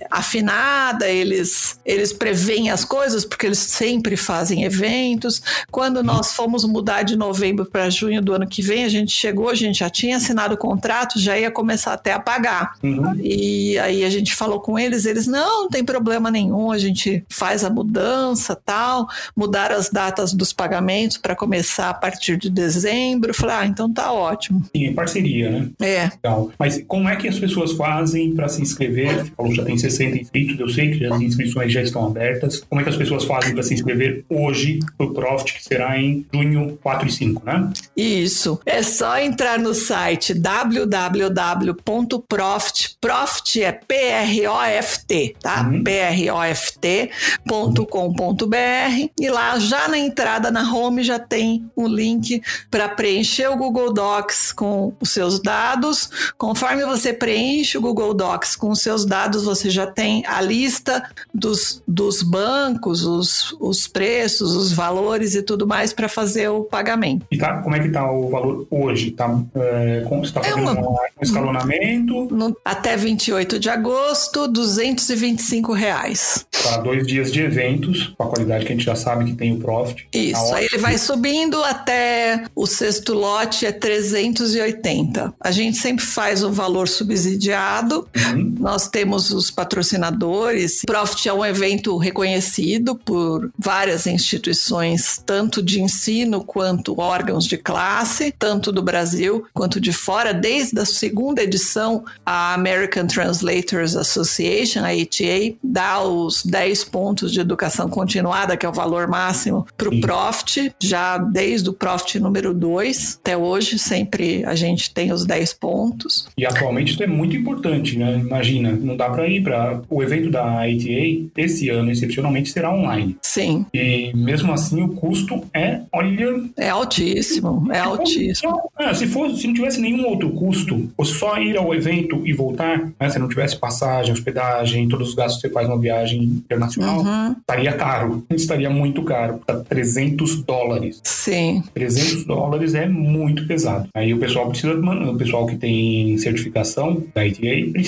afinada, eles, eles preveem as coisas, porque eles sempre fazem eventos. Quando nós fomos mudar de novembro para junho do ano que vem, a gente chegou, a gente já tinha assinado o contrato, já ia começar até a pagar. Uhum. E aí a gente falou com eles, eles, não, não tem problema nenhum, a gente faz a mudança, tal, mudaram as datas dos pagamentos para começar a partir de dezembro. Eu falei, ah, então tá ótimo. Sim, parceria, né? É. Legal. Mas como é que as pessoas fazem para se inscrever? Você falou que já tem sessenta inscritos, eu sei que as inscrições já estão abertas. Como é que as pessoas fazem para se inscrever hoje pro Profit, que será em junho quatro e cinco, né? Isso. É só entrar no site w w w ponto profit, Profit é P R O F T, tá? Uhum. P R O F T ponto com ponto b r, e lá já na entrada, na home, já tem um link para preencher o Google Docs com os seus dados. Conforme você preenche o Google Docs com os seus dados, você já tem a lista dos, dos bancos, os, os preços, os valores e tudo mais para fazer o pagamento. E tá, como é que tá o valor hoje? Tá, é, como você está fazendo é uma, um escalonamento? No, até vinte e oito de agosto, duzentos e vinte e cinco reais. Para dois dias de eventos, com a qualidade que a gente já sabe que tem o Profit. Isso, aí ele vai subindo até o sexto lote é trezentos e oitenta. A gente sempre faz um valor subsidiado. Uhum. Nós temos os patrocinadores. O Profit é um evento reconhecido por várias instituições, tanto de ensino quanto órgãos de classe, tanto do Brasil quanto de fora. Desde a segunda edição, a American Translators Association, a A T A, dá os dez pontos de educação continuada, que é o valor máximo para o Profit, já desde o Profit número dois até hoje, sempre a gente tem os dez pontos. E atualmente isso é muito importante, né? Imagina, não dá para ir para o evento da A T A, esse ano, excepcionalmente, será online. Sim. E mesmo assim o custo é, olha... É altíssimo, é altíssimo. Só, é, se, for, se não tivesse nenhum outro custo, ou só ir ao evento e voltar, né? Se não tivesse passagem, hospedagem, todos os gastos que você faz numa viagem internacional, uhum. estaria caro, estaria muito caro, tá trezentos dólares. Sim. trezentos dólares é muito pesado. Aí o pessoal precisa, o pessoal que tem certificação da A T A precisa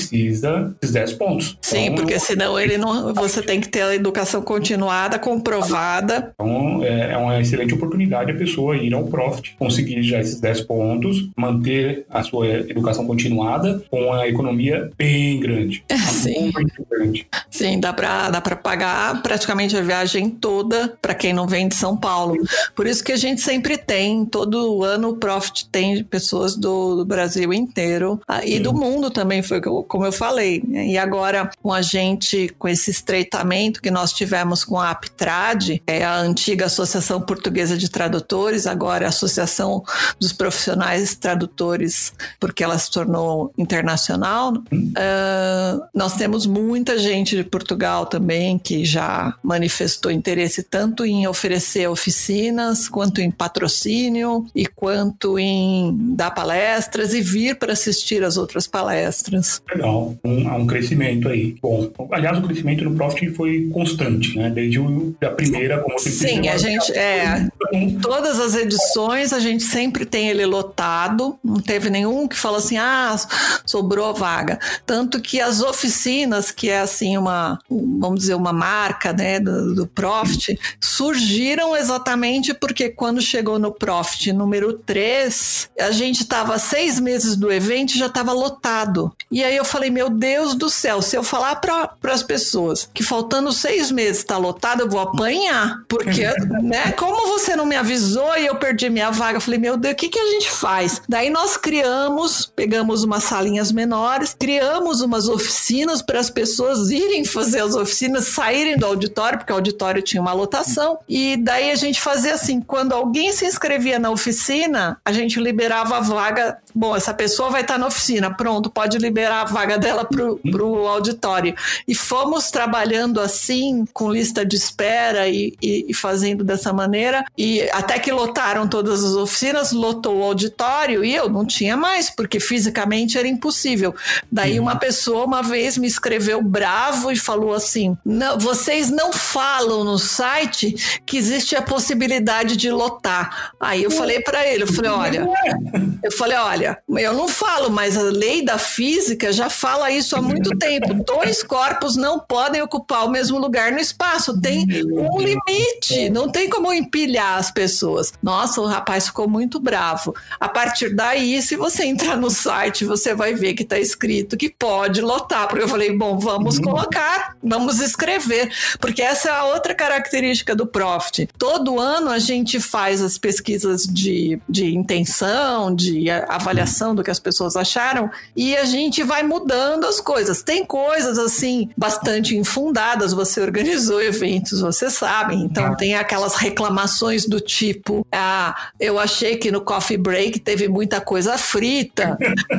precisa desses dez pontos. Sim, então, porque senão ele não, você tem que ter a educação continuada, comprovada. Então é uma excelente oportunidade a pessoa ir ao Profit, conseguir já esses dez pontos, manter a sua educação continuada com a economia bem grande. Sim, muito grande. Sim, dá para dá para pagar praticamente a viagem toda para quem não vem de São Paulo. Por isso que a gente sempre tem, todo ano o Profit tem pessoas do, do Brasil inteiro e Sim. do mundo também, foi como eu falei. E agora com a gente, com esse estreitamento que nós tivemos com a APTRAD, é a antiga Associação Portuguesa de Tradutores, agora a Associação dos Profissionais Tradutores, porque ela se tornou internacional. Uh, nós temos muita gente de Portugal também que já manifestou interesse tanto em oferecer oficinas, quanto em patrocínio e quanto em dar palestras e vir para assistir as outras palestras. Legal, um, há um crescimento aí. Bom, aliás, o crescimento do Profit foi constante, né? Desde o, a primeira, como você disse. Sim, a gente, é, em todas as edições a gente sempre tem ele lotado, não teve nenhum que falou assim, ah, sobrou vaga. Tanto que as oficinas, que é assim uma, vamos dizer, uma marca, né, do, do Profit, surgiram exatamente porque quando chegou no Profit número três, a gente estava seis meses do evento e já estava lotado. E aí eu falei, meu Deus do céu, se eu falar para as pessoas que faltando seis meses está lotado, eu vou apanhar. Porque, né, como você não me avisou e eu perdi minha vaga, eu falei, meu Deus, o que, que a gente faz? Daí nós criamos, pegamos umas salinhas menores, criamos umas oficinas para as pessoas irem fazer as oficinas, saírem do auditório, porque o auditório tinha uma lotação, e daí a gente fazia assim, quando alguém se inscrevia na oficina, a gente liberava a vaga, bom, essa pessoa vai estar na oficina, pronto, pode liberar a vaga dela pro, pro auditório. E fomos trabalhando assim, com lista de espera e, e, e fazendo dessa maneira, e até que lotaram todas as oficinas, lotou o auditório e eu não tinha mais, porque fisicamente era impossível. Daí uma pessoa uma vez me escreveu bravo e falou assim, não, vocês não falam no site que existe a possibilidade de lotar. Aí eu falei para ele, eu falei, olha, eu falei, olha, eu não falo, mas a lei da física já fala isso há muito tempo. Dois corpos não podem ocupar o mesmo lugar no espaço. Tem um limite, não tem como empilhar as pessoas. Nossa, o rapaz ficou muito bravo. A partir daí, se você entrar no site, você vai ver que está escrito que pode lotar. Porque eu falei, bom, vamos colocar, vamos escrever. Porque essa é a outra característica do Profit. Todo ano a gente faz as pesquisas de, de intenção, de avaliação do que as pessoas acharam e a gente vai mudando as coisas. Tem coisas assim bastante infundadas, você organizou eventos, você sabe, então tem aquelas reclamações do tipo, ah, eu achei que no coffee break teve muita coisa frita.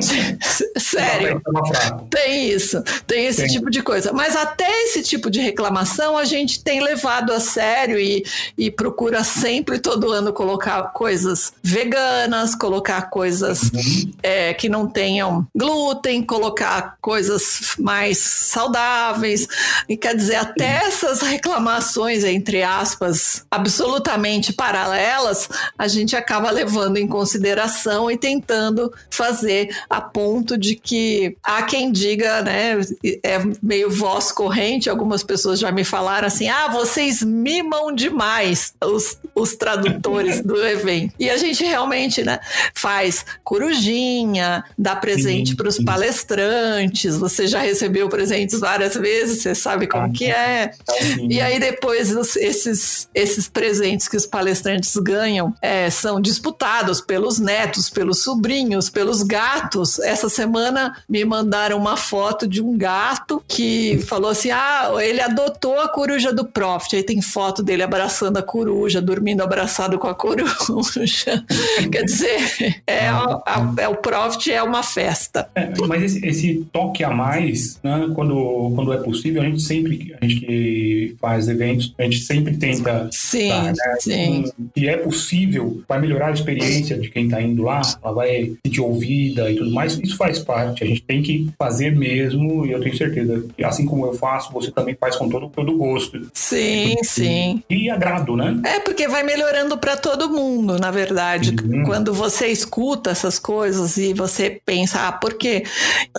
Sério, tem isso, tem esse tem. tipo de coisa, mas até esse tipo de reclamação a gente tem levado a sério e, e procura sempre todo ano colocar coisas veganas, colocar coisas uhum. é, que não tenham glúten, colocar coisas mais saudáveis, e quer dizer, até essas reclamações, entre aspas, absolutamente paralelas, a gente acaba levando em consideração e tentando fazer a ponto de que há quem diga, né, é meio voz corrente, algumas pessoas já me falaram assim, ah, vocês mimam demais os, os tradutores do evento. E a gente realmente, né, faz corujinha, dá presente para os palestrantes, você já recebeu presentes várias vezes, você sabe como ah, que é. E aí depois os, esses, esses presentes que os palestrantes ganham é, são disputados pelos netos, pelos sobrinhos, pelos gatos. Essa semana me mandaram uma foto de um gato que falou assim, ah, ele adotou a coruja do Profit. Aí tem foto dele abraçando a coruja, dormindo abraçado com a coruja. Quer dizer, é, a, a, é o Profit é uma festa. É, mas esse, esse toque a mais, né, quando, quando é possível, a gente sempre, a gente que faz eventos, a gente sempre tenta... Sim, tá, né, sim. Se é possível, vai melhorar a experiência de quem está indo lá, ela vai sentir ouvida e tudo mais, isso faz parte, a gente tem que fazer mesmo, e eu tenho certeza que assim como eu faço, você também faz com todo, todo gosto. Sim, e, sim. E agrado, né? É, porque vai melhorando para todo mundo, na verdade. Uhum. Quando você escuta essas coisas e você pensa, ah, por quê? Você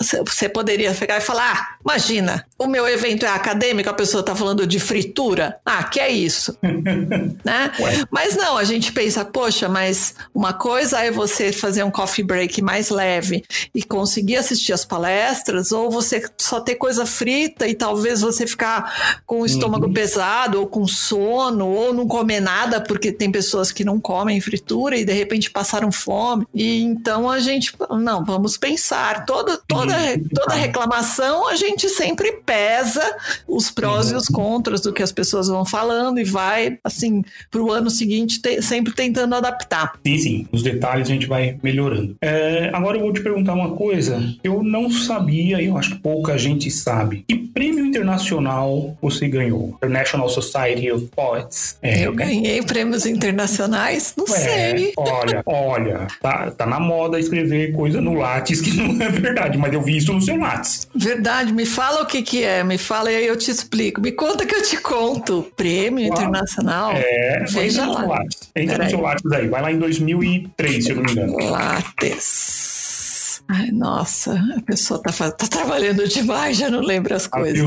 poderia pegar e falar, ah, imagina, o meu evento é acadêmico, a pessoa está falando de fritura. Ah, que é isso? Né? Mas não, a gente pensa, poxa, mas uma coisa é você fazer um coffee break mais leve e conseguir assistir as palestras, ou você só ter coisa frita e talvez você ficar com o estômago uhum. pesado, ou com sono, ou não comer nada, porque tem pessoas que não comem fritura e de repente passaram fome. E então a gente, não, vamos pensar. Toda, toda, uhum. toda reclamação a gente sempre pesa os prós uhum. e os contras do que as pessoas vão falando e vai, assim, pro ano seguinte te, sempre tentando adaptar. Sim, sim. Os detalhes a gente vai melhorando. É, agora eu vou te perguntar uma coisa. Eu não sabia, eu acho que pouca gente sabe. Que prêmio internacional você ganhou? International Society of Poets. É, eu ganhei prêmios internacionais? Não é, sei. Olha, olha, tá, tá na moda escrever coisa no Lattes que não é verdade, mas eu vi isso no seu Lattes. Verdade, me fala o que que é, me fala e aí eu te explico. Me conta que eu te conto. Prêmio Uau. internacional? É, veja lá. Entra no seu Lattes aí, vai lá em dois mil e três, se eu não me engano. Lattes. Ai, nossa, a pessoa tá, tá trabalhando demais, já não lembra as coisas.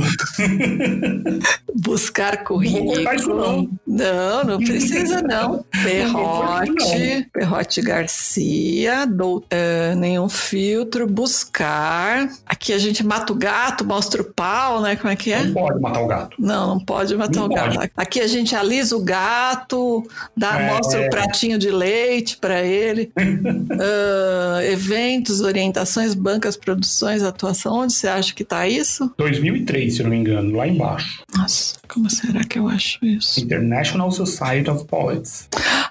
Buscar currículo. Não vou cortar isso, não. Não, não precisa, não. Perrote, Perrote Garcia, doutor, nenhum filtro, buscar. Aqui a gente mata o gato, mostra o pau, né? Como é que é? Não pode matar o gato. Não, não pode matar não o pode. gato. Aqui a gente alisa o gato, dá, é... mostra o pratinho de leite para ele. uh, eventos, orientações, bancas, produções, atuação. Onde você acha que tá isso? dois mil e três, se eu não me engano, lá embaixo. Nossa, como será que eu acho isso? International Society of Poets.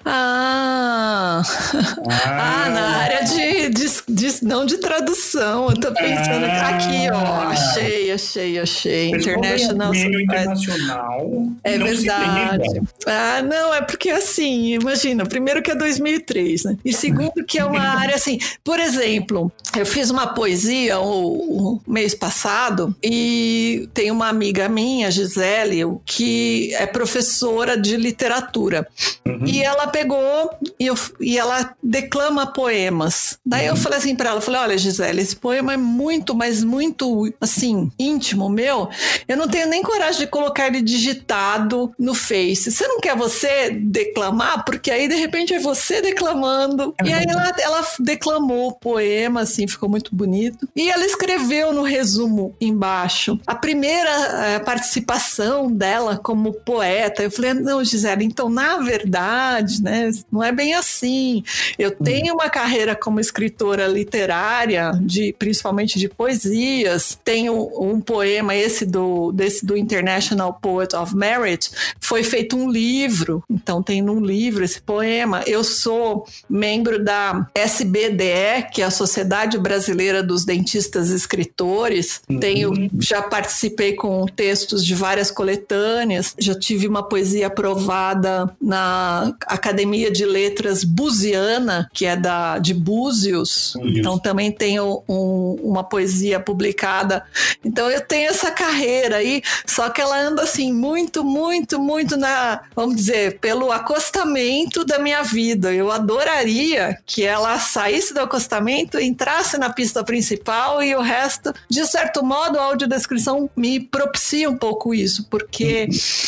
Ah, ah. ah na área de, de, de não de tradução. Eu tô pensando ah. aqui, ó. Achei, achei, achei. International Society. Internacional. É verdade. Ah, não, é porque assim, imagina, primeiro que é dois mil e três, né? E segundo que é uma área assim, por exemplo, eu fiz uma poesia o, o mês passado e tem uma amiga minha, Gisele, que é professora de literatura. Uhum. E ela pegou e, eu, e ela declama poemas. Daí uhum. eu falei assim pra ela, falei, olha, Gisele, esse poema é muito, mas muito, assim, íntimo meu. Eu não tenho nem coragem de colocar ele digitado no Face. Você não quer você declamar? Porque aí, de repente, é você declamando. Uhum. E aí ela, ela declamou o poema, assim, ficou muito bonito. E ela escreveu no resumo embaixo a primeira é, participação dela como poeta. Eu falei, não, Gisele, então, na verdade, né, não é bem assim. Eu tenho uma carreira como escritora literária, de, principalmente de poesias. Tenho um poema, esse do, desse do International Poet of Merit, foi feito um livro. Então, tem num livro esse poema. Eu sou membro da S B D E, que é a Sociedade Brasileira dos Dentistas Escritores. Uhum. Tenho, já participei com textos de várias coletâneas. Já tive uma poesia aprovada na Academia de Letras Buziana, que é da, de Búzios. Uhum. Então, também tenho um, uma poesia publicada. Então, eu tenho essa carreira aí, só que ela anda assim, muito, muito, muito na, vamos dizer, pelo acostamento da minha vida. Eu adoraria que ela saísse do acostamento, entrasse na pista principal e o resto, de certo modo, a audiodescrição me propicia um pouco isso, porque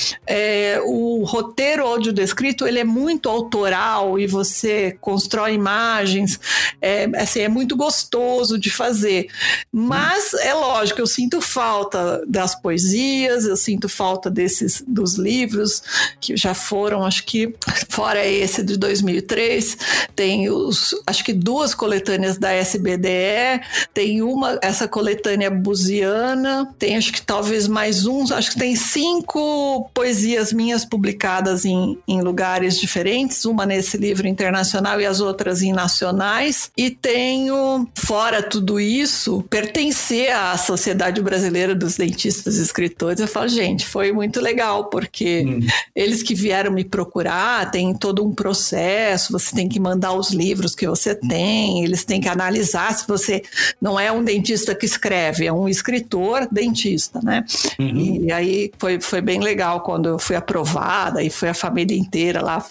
é, o roteiro audiodescrito, ele é muito autoral e você constrói imagens, é, assim, é muito gostoso de fazer. Mas, é lógico, eu sinto falta das poesias, eu sinto falta desses, dos livros, que já foram, acho que, fora esse de dois mil e três, tem os, acho que duas coletâneas da S B D E, tem uma, essa coletânea buziana, tem acho que talvez mais um, acho que tem cinco poesias minhas publicadas em, em lugares diferentes, uma nesse livro internacional e as outras em nacionais, e tenho, fora tudo isso, pertencer à Sociedade Brasileira dos Dentistas e Escritores. Eu falo, gente, foi muito legal, porque hum. eles que vieram me procurar, tem todo um processo, você tem que mandar os livros que você tem, eles têm que analisar se você não é um dentista que escreve, é um escritor dentista, né? Uhum. E aí foi, foi bem legal quando eu fui aprovada e foi a família inteira lá, foi um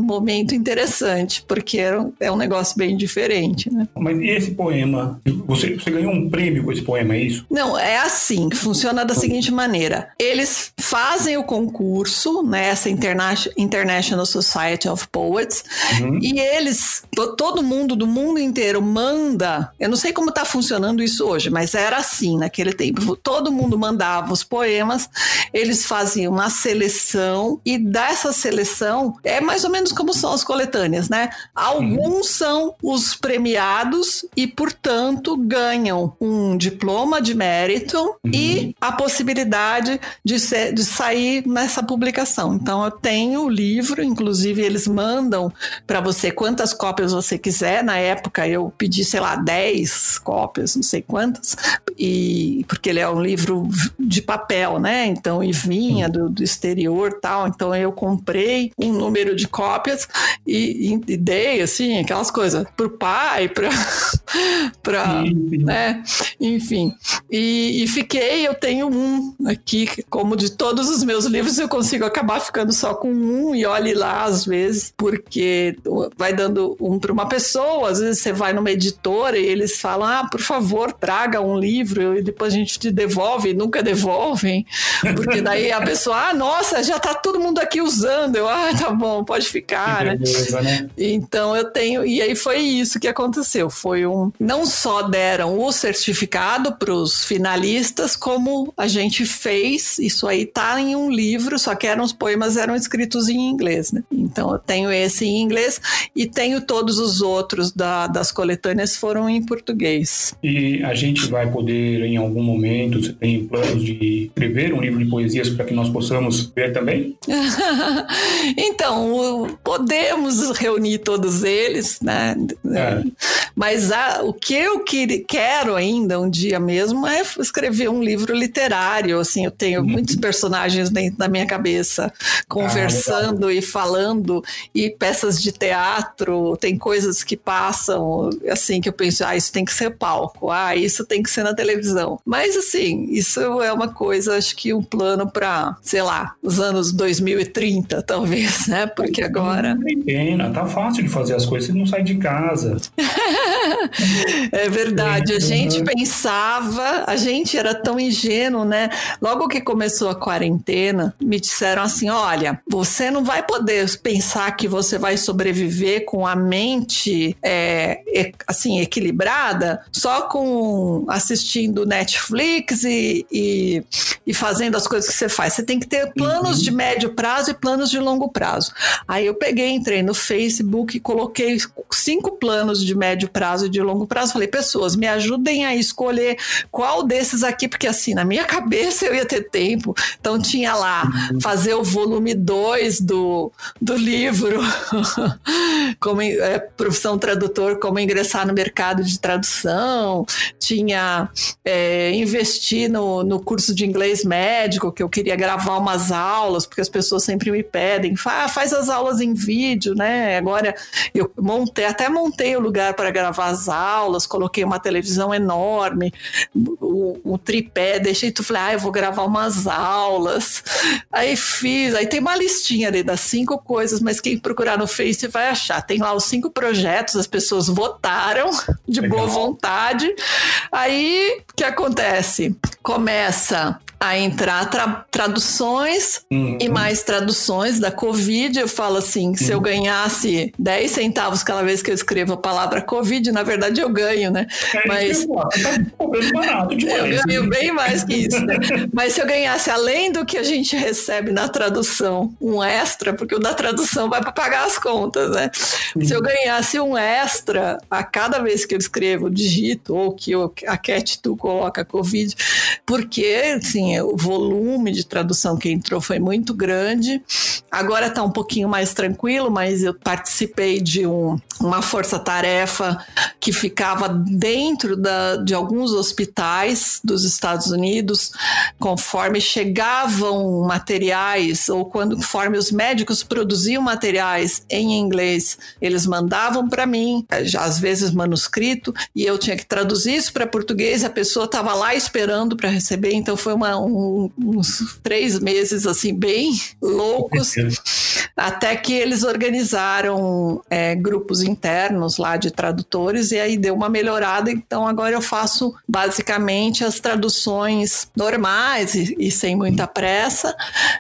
momento interessante, porque é um negócio bem diferente, né? Mas e esse poema? Você, você ganhou um prêmio com esse poema, é isso? Não, é assim, funciona da seguinte maneira. Eles fazem o concurso, né, essa Interna- International Society of Poets, uhum. e eles, todo mundo do mundo inteiro manda, eu não sei como está funcionando isso hoje, mas era assim naquele tempo, todo mundo mandava os poemas, eles faziam uma seleção, e dessa seleção, é mais ou menos como são as coletâneas, né? Alguns uhum. são os premiados e, portanto, ganham um diploma de mérito uhum. e a possibilidade de, ser, de sair nessa publicação. Então, eu tenho o livro, inclusive eles mandam para você quantas cópias você quiser. Na época, eu pedi, sei lá, dez cópias, não sei quantas, e, porque ele é um livro de papel, né? Então, e vinha do, do exterior e tal. Então, eu comprei um número de cópias e, e dei, assim, aquelas coisas pro pai, pra... pra né? Enfim. E, e fiquei, eu tenho um aqui, como de todos os meus livros, eu consigo acabar ficando só com um e olhe lá às vezes, porque vai dando um para uma pessoa, às vezes você vai numa editora e eles falam, ah, por favor, traga um livro, e depois a gente te devolve, e nunca devolvem, porque daí a pessoa, ah, nossa, já tá todo mundo aqui usando, eu, ah, tá bom, pode ficar, né? Beleza, né? Então eu tenho, e aí foi isso que aconteceu, foi um, não só deram o certificado para os finalistas, como a gente fez, isso aí tá em um livro, só que eram os poemas eram escritos em inglês, né? Então eu tenho esse em inglês e tenho todos os outros da, das coletâneas foram em português. E a gente vai poder, em algum momento, você tem planos de escrever um livro de poesias para que nós possamos ver também? Então, podemos reunir todos eles, né? É. Mas a, o que eu que, quero ainda um dia mesmo é escrever um livro literário, assim, eu tenho uhum. muitos personagens dentro da minha cabeça, conversando ah, e falando, e peças de teatro, tem coisas que passam, assim, que eu penso, ah, isso tem que ser palco, ah, isso tem que ser na televisão. Mas, assim, isso é uma coisa, acho que um plano para, sei lá, os anos dois mil e trinta, talvez, né? Porque agora... Não tem pena, tá fácil de fazer as coisas, você não sai de casa. É verdade, a gente pensava, a gente era tão ingênuo, né? Logo que começou a quarentena, me disseram assim, olha, você não vai poder pensar que você vai sobreviver com a mente é, assim, equilibrada, só com assistindo Netflix e, e, e fazendo as coisas que você faz. Você tem que ter planos uhum. de médio prazo e planos de longo prazo. Aí eu peguei, entrei no Facebook e coloquei cinco planos de médio prazo e de longo prazo. Falei, pessoas, me ajudem a escolher qual desses aqui, porque assim, na minha cabeça eu ia ter tempo. Então tinha lá, fazer o volume dois do, do livro, como é, profissão tradutor, como ingressar no mercado de tradução. Tinha é, investir no, no curso de inglês médico, que eu queria gravar umas aulas, porque as pessoas sempre me pedem, ah, faz as aulas em vídeo, né? Agora eu montei, até montei o lugar para gravar as aulas, coloquei uma televisão enorme, o, o tripé, deixei tu, falei, ah, eu vou gravar umas aulas. Aí fiz, aí tem uma listinha ali das cinco coisas, mas quem procurar no Face vai achar. Tem lá os cinco projetos, as pessoas votaram de Legal. Boa vontade. Aí, o que acontece? Começa a entrar tra- traduções uhum. e mais traduções da Covid. Eu falo assim, uhum. se eu ganhasse dez centavos cada vez que eu escrevo a palavra Covid, na verdade eu ganho, né? É, mas eu, tá barato demais, eu ganho bem mais que isso, né? Mas se eu ganhasse, além do que a gente recebe na tradução, um extra, porque o da tradução vai para pagar as contas, né? Uhum. Se eu ganhasse um extra a cada vez que eu escrevo, digito, ou que eu, a Cat Tu coloca Covid, porque, assim, o volume de tradução que entrou foi muito grande. Agora está um pouquinho mais tranquilo, mas eu participei de um, uma força-tarefa que ficava dentro da, de alguns hospitais dos Estados Unidos. Conforme chegavam materiais, ou quando, conforme os médicos produziam materiais em inglês, eles mandavam para mim, às vezes manuscrito, e eu tinha que traduzir isso para português, a pessoa estava lá esperando para receber, então foi uma, um, uns três meses assim, bem loucos, até que eles organizaram é, grupos internos lá de tradutores, e aí deu uma melhorada, então agora eu faço basicamente as traduções normais e, e sem muita pressa,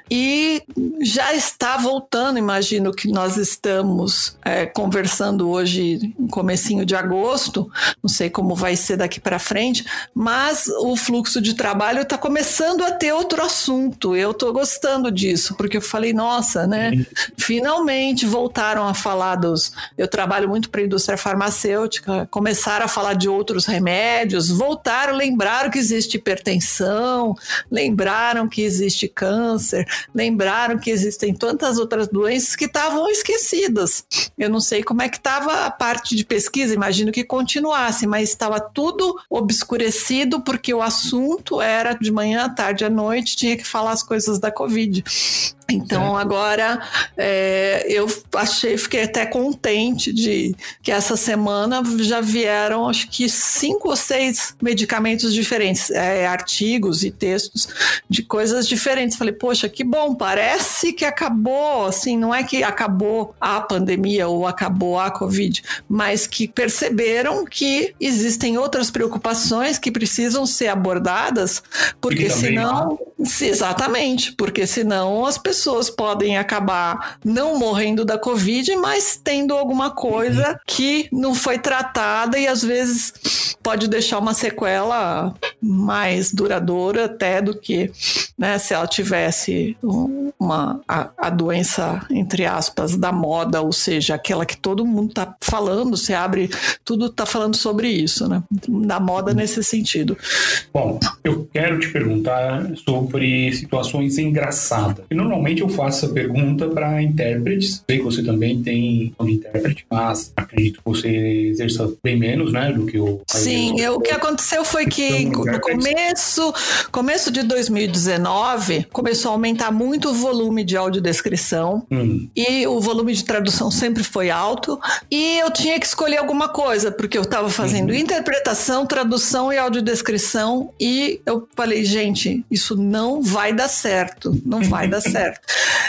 e já está voltando, imagino que nós estamos é, conversando hoje no comecinho de agosto, não sei como vai ser daqui para frente, mas o fluxo de trabalho está começando a ter outro assunto, eu estou gostando disso, porque eu falei, nossa, né, finalmente voltaram a falar dos... Eu trabalho muito para a indústria farmacêutica, começaram a falar de outros remédios, voltaram, lembraram que existe hipertensão, lembraram que existe câncer, lembraram que existem tantas outras doenças que estavam esquecidas. Eu não sei como é que estava a parte de pesquisa, imagino que continuasse, mas estava tudo obscurecido porque o assunto era de manhã, à tarde, à noite, tinha que falar as coisas da Covid. Então agora é, eu achei, fiquei até contente de que essa semana já vieram acho que cinco ou seis medicamentos diferentes, é, artigos e textos de coisas diferentes. Falei, poxa, que bom, parece que acabou, assim, não é que acabou a pandemia ou acabou a Covid, mas que perceberam que existem outras preocupações que precisam ser abordadas, porque senão... Exatamente, porque senão as pessoas pessoas podem acabar não morrendo da Covid, mas tendo alguma coisa que não foi tratada e às vezes pode deixar uma sequela mais duradoura até do que, né, se ela tivesse uma, a, a doença, entre aspas, da moda, ou seja, aquela que todo mundo está falando, você abre, tudo está falando sobre isso, né? Da moda nesse sentido. Bom, eu quero te perguntar sobre situações engraçadas. E normalmente eu faço essa pergunta para intérpretes. Sei que você também tem um intérprete, mas acredito que você exerça bem menos, né, do que o... Sim, eu, o que aconteceu foi que no começo, começo de dois mil e dezenove começou a aumentar muito o volume de audiodescrição hum. e o volume de tradução sempre foi alto e eu tinha que escolher alguma coisa, porque eu estava fazendo uhum. interpretação, tradução e audiodescrição e eu falei, gente, isso não vai dar certo, não vai dar certo.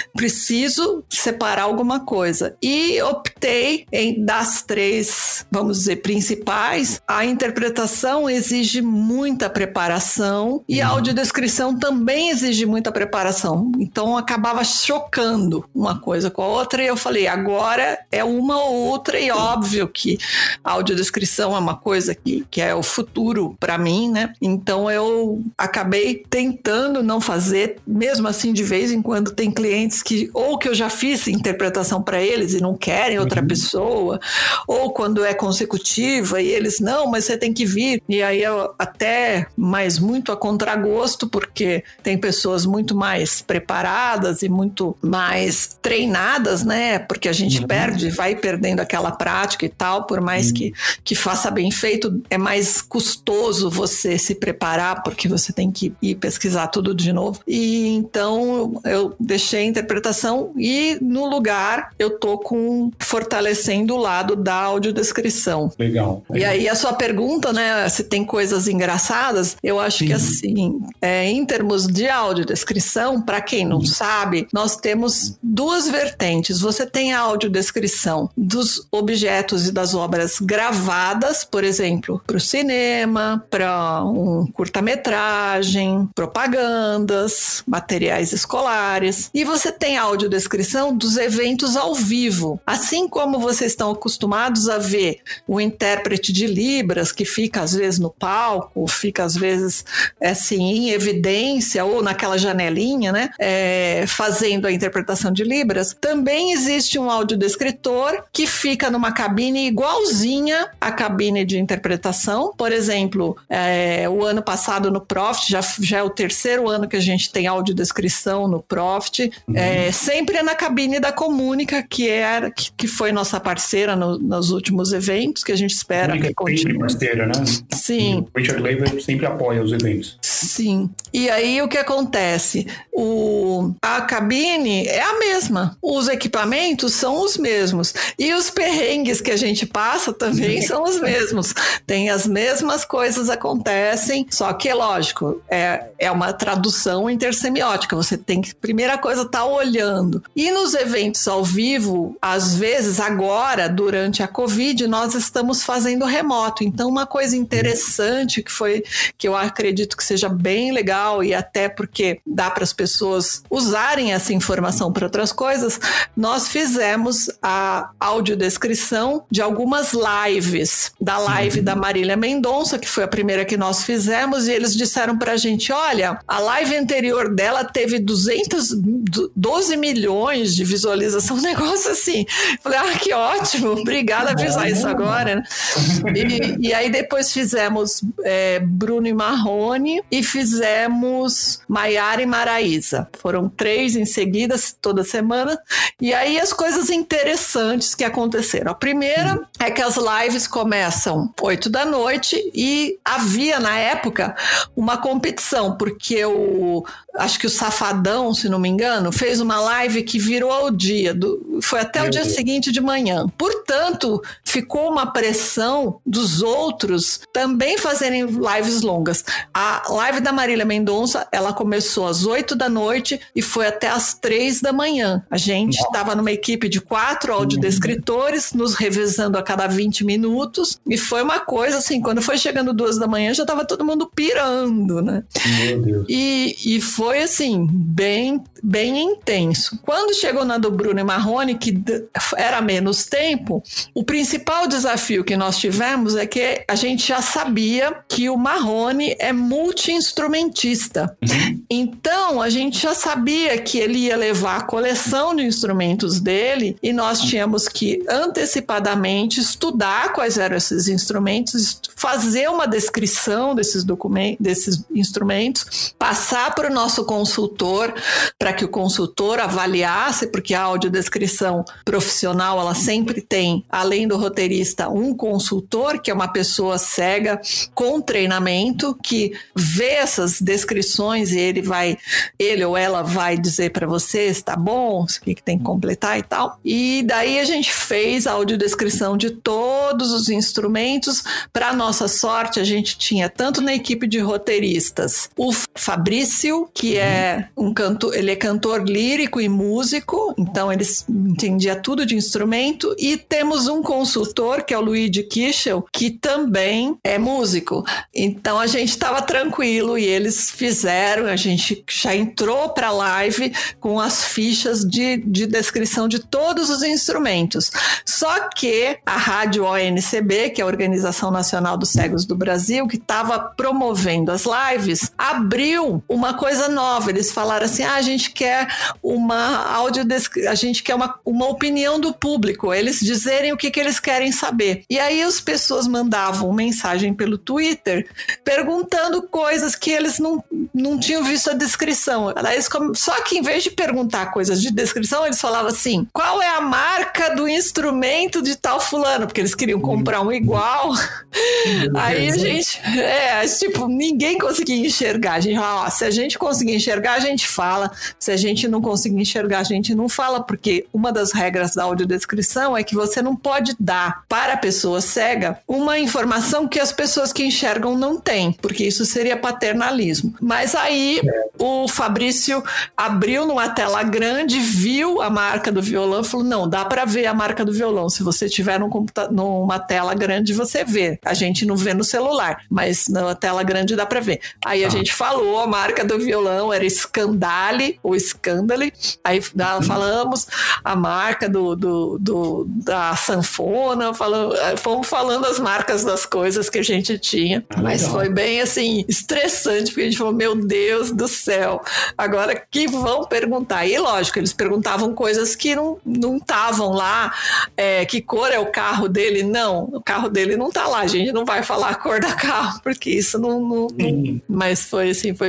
Preciso separar alguma coisa. E optei em, das três, vamos dizer, principais, a interpretação exige muita preparação e a audiodescrição também exige muita preparação. Então, acabava chocando uma coisa com a outra e eu falei, agora é uma ou outra e óbvio que a audiodescrição é uma coisa que, que é o futuro para mim, né? Então, eu acabei tentando não fazer, mesmo assim, de vez em quando tem clientes que, ou que eu já fiz interpretação para eles e não querem outra uhum. pessoa, ou quando é consecutiva e eles, não, mas você tem que vir. E aí eu até, mas muito a contragosto, porque tem pessoas muito mais preparadas e muito mais treinadas, né? Porque a gente uhum. perde, vai perdendo aquela prática e tal, por mais uhum. que, que faça bem feito, é mais custoso você se preparar, porque você tem que ir pesquisar tudo de novo. E então eu deixei a interpretação e no lugar eu tô com fortalecendo o lado da audiodescrição. Legal. E aí a sua pergunta, né, se tem coisas engraçadas, eu acho Sim. que assim, é, em termos de audiodescrição, para quem não Sim. sabe, nós temos duas vertentes. Você tem a audiodescrição dos objetos e das obras gravadas, por exemplo, para o cinema, para um curta-metragem, propagandas, materiais escolares. E você tem a audiodescrição dos eventos ao vivo. Assim como vocês estão acostumados a ver o intérprete de Libras, que fica às vezes no palco, fica às vezes assim, em evidência ou naquela janelinha, né, é, fazendo a interpretação de Libras, também existe um audiodescritor que fica numa cabine igualzinha à cabine de interpretação. Por exemplo, é, o ano passado no Profit, já, já é o terceiro primeiro ano que a gente tem audiodescrição no Profit, uhum. é, sempre é na cabine da Comunica, que, era, que, que foi nossa parceira no, nos últimos eventos, que a gente espera que continue. Sempre parceira, né? Sim. O Richard Leiber sempre apoia os eventos. Sim. E aí o que acontece? O, a cabine é a mesma, os equipamentos são os mesmos e os perrengues que a gente passa também são os mesmos. Tem as mesmas coisas acontecem, só que é lógico, é, é uma tradução intersemiótica. Você tem que, primeira coisa, estar tá olhando. E nos eventos ao vivo, às vezes, agora, durante a Covid, nós estamos fazendo remoto. Então, uma coisa interessante que foi, que eu acredito que seja bem legal e até porque dá para as pessoas usarem essa informação para outras coisas, nós fizemos a audiodescrição de algumas lives, da live uhum. da Marília Mendonça, que foi a primeira que nós fizemos, e eles disseram pra gente, olha, a live anterior dela teve duzentos, doze milhões de visualização, um negócio assim. Falei, ah, que ótimo, obrigada por avisar isso agora. E, e aí depois fizemos é, Bruno e Marrone e fizemos Maiara e Maraísa. Foram três em seguida, toda semana. E aí as coisas interessantes que aconteceram. A primeira uhum. é que as lives começam oito da noite e havia na época uma competição, porque o, acho que o Safadão, se não me engano, fez uma live que virou ao dia, do, foi até Meu o dia Deus. seguinte de manhã. Portanto, ficou uma pressão dos outros também fazerem lives longas. A live da Marília Mendonça, ela começou às oito da noite e foi até às três da manhã. A gente estava numa equipe de quatro audiodescritores, nos revezando a cada vinte minutos, e foi uma coisa assim, quando foi chegando duas da manhã, já estava todo mundo pirando, né? Meu Deus. E, e foi assim, bem, bem intenso. Quando chegou na do Bruno e Marrone, que era menos tempo, o principal desafio que nós tivemos é que a gente já sabia que o Marrone é multi-instrumentista. Uhum. Então, a gente já sabia que ele ia levar a coleção de instrumentos dele e nós tínhamos que antecipadamente estudar quais eram esses instrumentos, fazer uma descrição desses documentos, desses instrumentos, passar para o nosso consultor, para que o consultor avaliasse, porque a audiodescrição profissional, ela sempre tem, além do roteirista, um consultor, que é uma pessoa cega com treinamento, que vê essas descrições e ele vai, ele ou ela vai dizer para você se tá bom, o que, que tem que completar e tal. E daí a gente fez a audiodescrição de todos os instrumentos. Para nossa sorte, a gente tinha tanto na equipe de roteiristas o Fabrício, que é um cantor, ele é cantor lírico e músico, então ele entendia tudo de instrumento, e temos um consultor, que é o Luigi Kischel, que também é músico. Então a gente estava tranquilo e eles fizeram, a gente já entrou para a live com as fichas de, de descrição de todos os instrumentos. Só que a Rádio O N C B, que é a Organização Nacional dos Cegos do Brasil, que estava promovendo as lives, abriu uma coisa nova. Eles falaram assim, ah, a gente quer uma audiodescrição, a gente quer uma, uma opinião do público, eles dizerem o que, que eles querem saber. E aí as pessoas mandavam mensagem pelo Twitter perguntando coisas que eles não, não tinham visto a descrição. Eles, só que em vez de perguntar coisas de descrição, eles falavam assim, qual é a marca do instrumento de tal fulano? Porque eles queriam comprar um igual. Aí a gente, é, tipo, ninguém conseguia enxergar. A gente fala, ó, se a gente conseguir enxergar, a gente fala. Se a gente não conseguir enxergar, a gente não fala, porque uma das regras da audiodescrição é que você não pode dar para a pessoa cega uma informação que as pessoas que enxergam não têm, porque isso seria paternalismo. Mas aí o Fabrício abriu numa tela grande, viu a marca do violão e falou, não, dá para ver a marca do violão. Se você tiver num computa- numa tela grande, você vê. A gente não vê no celular, mas na tela grande dá para ver. Aí a ah. gente falou, a marca do violão era Scandale, ou Scandale. Aí uhum. falamos a marca do, do, do, da sanfona, falamos, fomos falando as marcas das coisas que a gente tinha. Ah, mas legal. Foi bem, assim, estressante, porque a gente falou, meu Deus do céu, agora que vão perguntar? E lógico, eles perguntavam coisas que não não estavam lá, é, que cor é o carro dele? Não, o carro dele não tá lá, a gente não vai falar a cor da carro, porque isso não... não, não... Mas foi assim, foi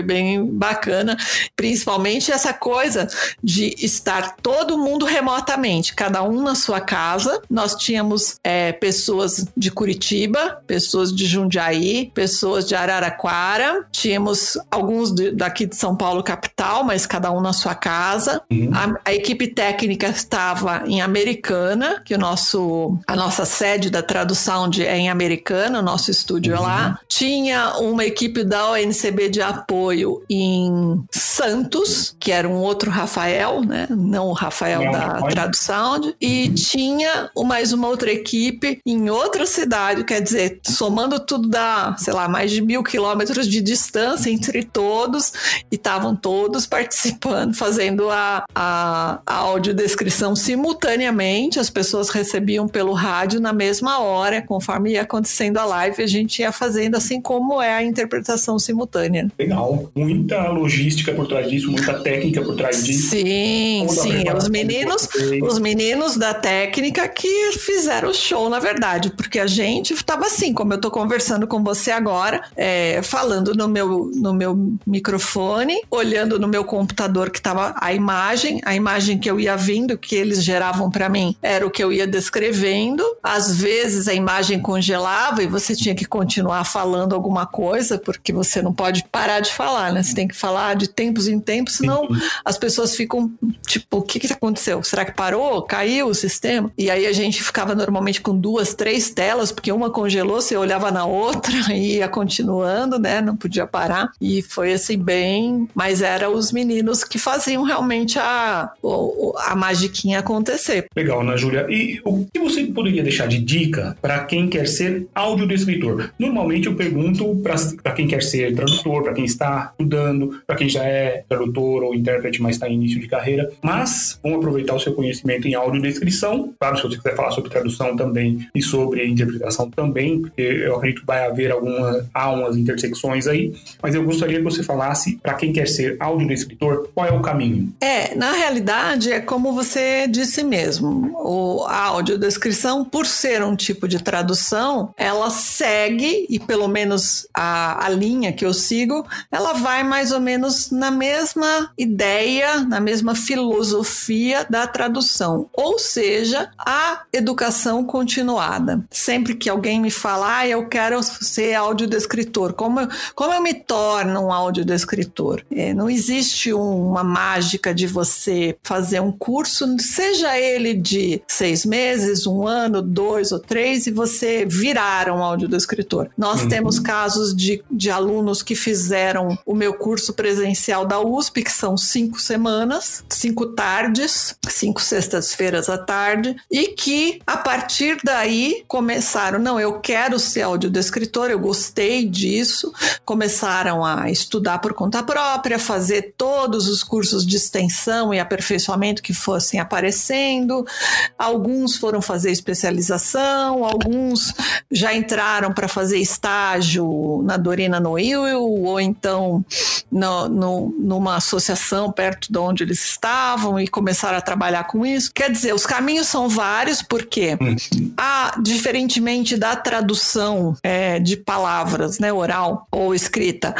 foi bem bacana, principalmente essa coisa de estar todo mundo remotamente, cada um na sua casa. Nós tínhamos é, pessoas de Curitiba, pessoas de Jundiaí, pessoas de Araraquara, tínhamos alguns de, daqui de São Paulo capital, mas cada um na sua casa. Uhum. A, a equipe técnica estava em Americana, que o nosso, a nossa sede da Tradução é em Americana, o nosso estúdio uhum. é lá. Tinha uma equipe da O N C B de apoio em Santos, que era um outro Rafael, né? Não o Rafael Não, da Tradução, e uhum. tinha mais uma outra equipe em outra cidade, quer dizer, somando tudo dá, sei lá, mais de mil quilômetros de distância entre todos, e estavam todos participando, fazendo a, a, a audiodescrição simultaneamente. As pessoas recebiam pelo rádio na mesma hora, conforme ia acontecendo a live, a gente ia fazendo assim como é a interpretação simultânea. Legal, muita logística por trás disso, muita técnica por trás disso. Sim, sim, os meninos, os meninos da técnica que fizeram o show, na verdade, porque a gente estava assim, como eu estou conversando com você agora, é, falando no meu, no meu microfone, olhando no meu computador que estava a imagem, a imagem que eu ia vindo, que eles geravam para mim, era o que eu ia descrevendo. Às vezes a imagem congelava e você tinha que continuar falando alguma coisa, porque você não pode parar de falar, né? Você tem que falar de tempos em tempos, senão as pessoas ficam tipo, o que que aconteceu? Será que parou? Caiu o sistema? E aí a gente ficava normalmente com duas, três telas, porque uma congelou, você olhava na outra e ia continuando, né? Não podia parar. E foi assim bem... Mas eram os meninos que faziam realmente a, a magiquinha acontecer. Legal, Ana Júlia. E o que você poderia deixar de dica para quem quer ser audiodescritor? Normalmente eu pergunto para quem quer ser tradutor, para quem está estudando, para quem já é tradutor ou intérprete, mas está em início de carreira. Mas vamos aproveitar o seu conhecimento em audiodescrição. Claro, se você quiser falar sobre tradução também e sobre interpretação também, porque eu acredito que vai haver alguma, há umas intersecções aí, mas eu gostaria que você falasse, para quem quer ser audiodescritor, qual é o caminho? É, na realidade, é como você disse mesmo, o, a audiodescrição, por ser um tipo de tradução, ela segue, e pelo menos a, a linha que eu sigo, ela vai mais ou menos na mesma ideia, na mesma filosofia da tradução, ou seja, a educação continuada. Sempre que alguém me fala, ah, eu quero ser audiodescritor, como eu, como eu me torno um audiodescritor? É, não existe uma mágica de você fazer um curso, seja ele de seis meses, um ano, dois ou três, e você virar um audiodescritor. Nós uhum. temos casos de, de alunos que fizeram o meu curso presencial da U S P, que são cinco semanas, cinco tardes, cinco sextas-feiras à tarde, e que a partir daí começaram, não, eu quero ser audiodescritor, eu gostei disso, começaram a estudar por conta própria, fazer todos os cursos de extensão e aperfeiçoamento que fossem aparecendo. Alguns foram fazer especialização, alguns já entraram para fazer estágio na Dorina Noil ou então no, no, numa associação perto de onde eles estavam e começaram a trabalhar com isso. Quer dizer, os caminhos são vários, porque há, diferentemente da tradução é, de palavras, né, oral ou escrita,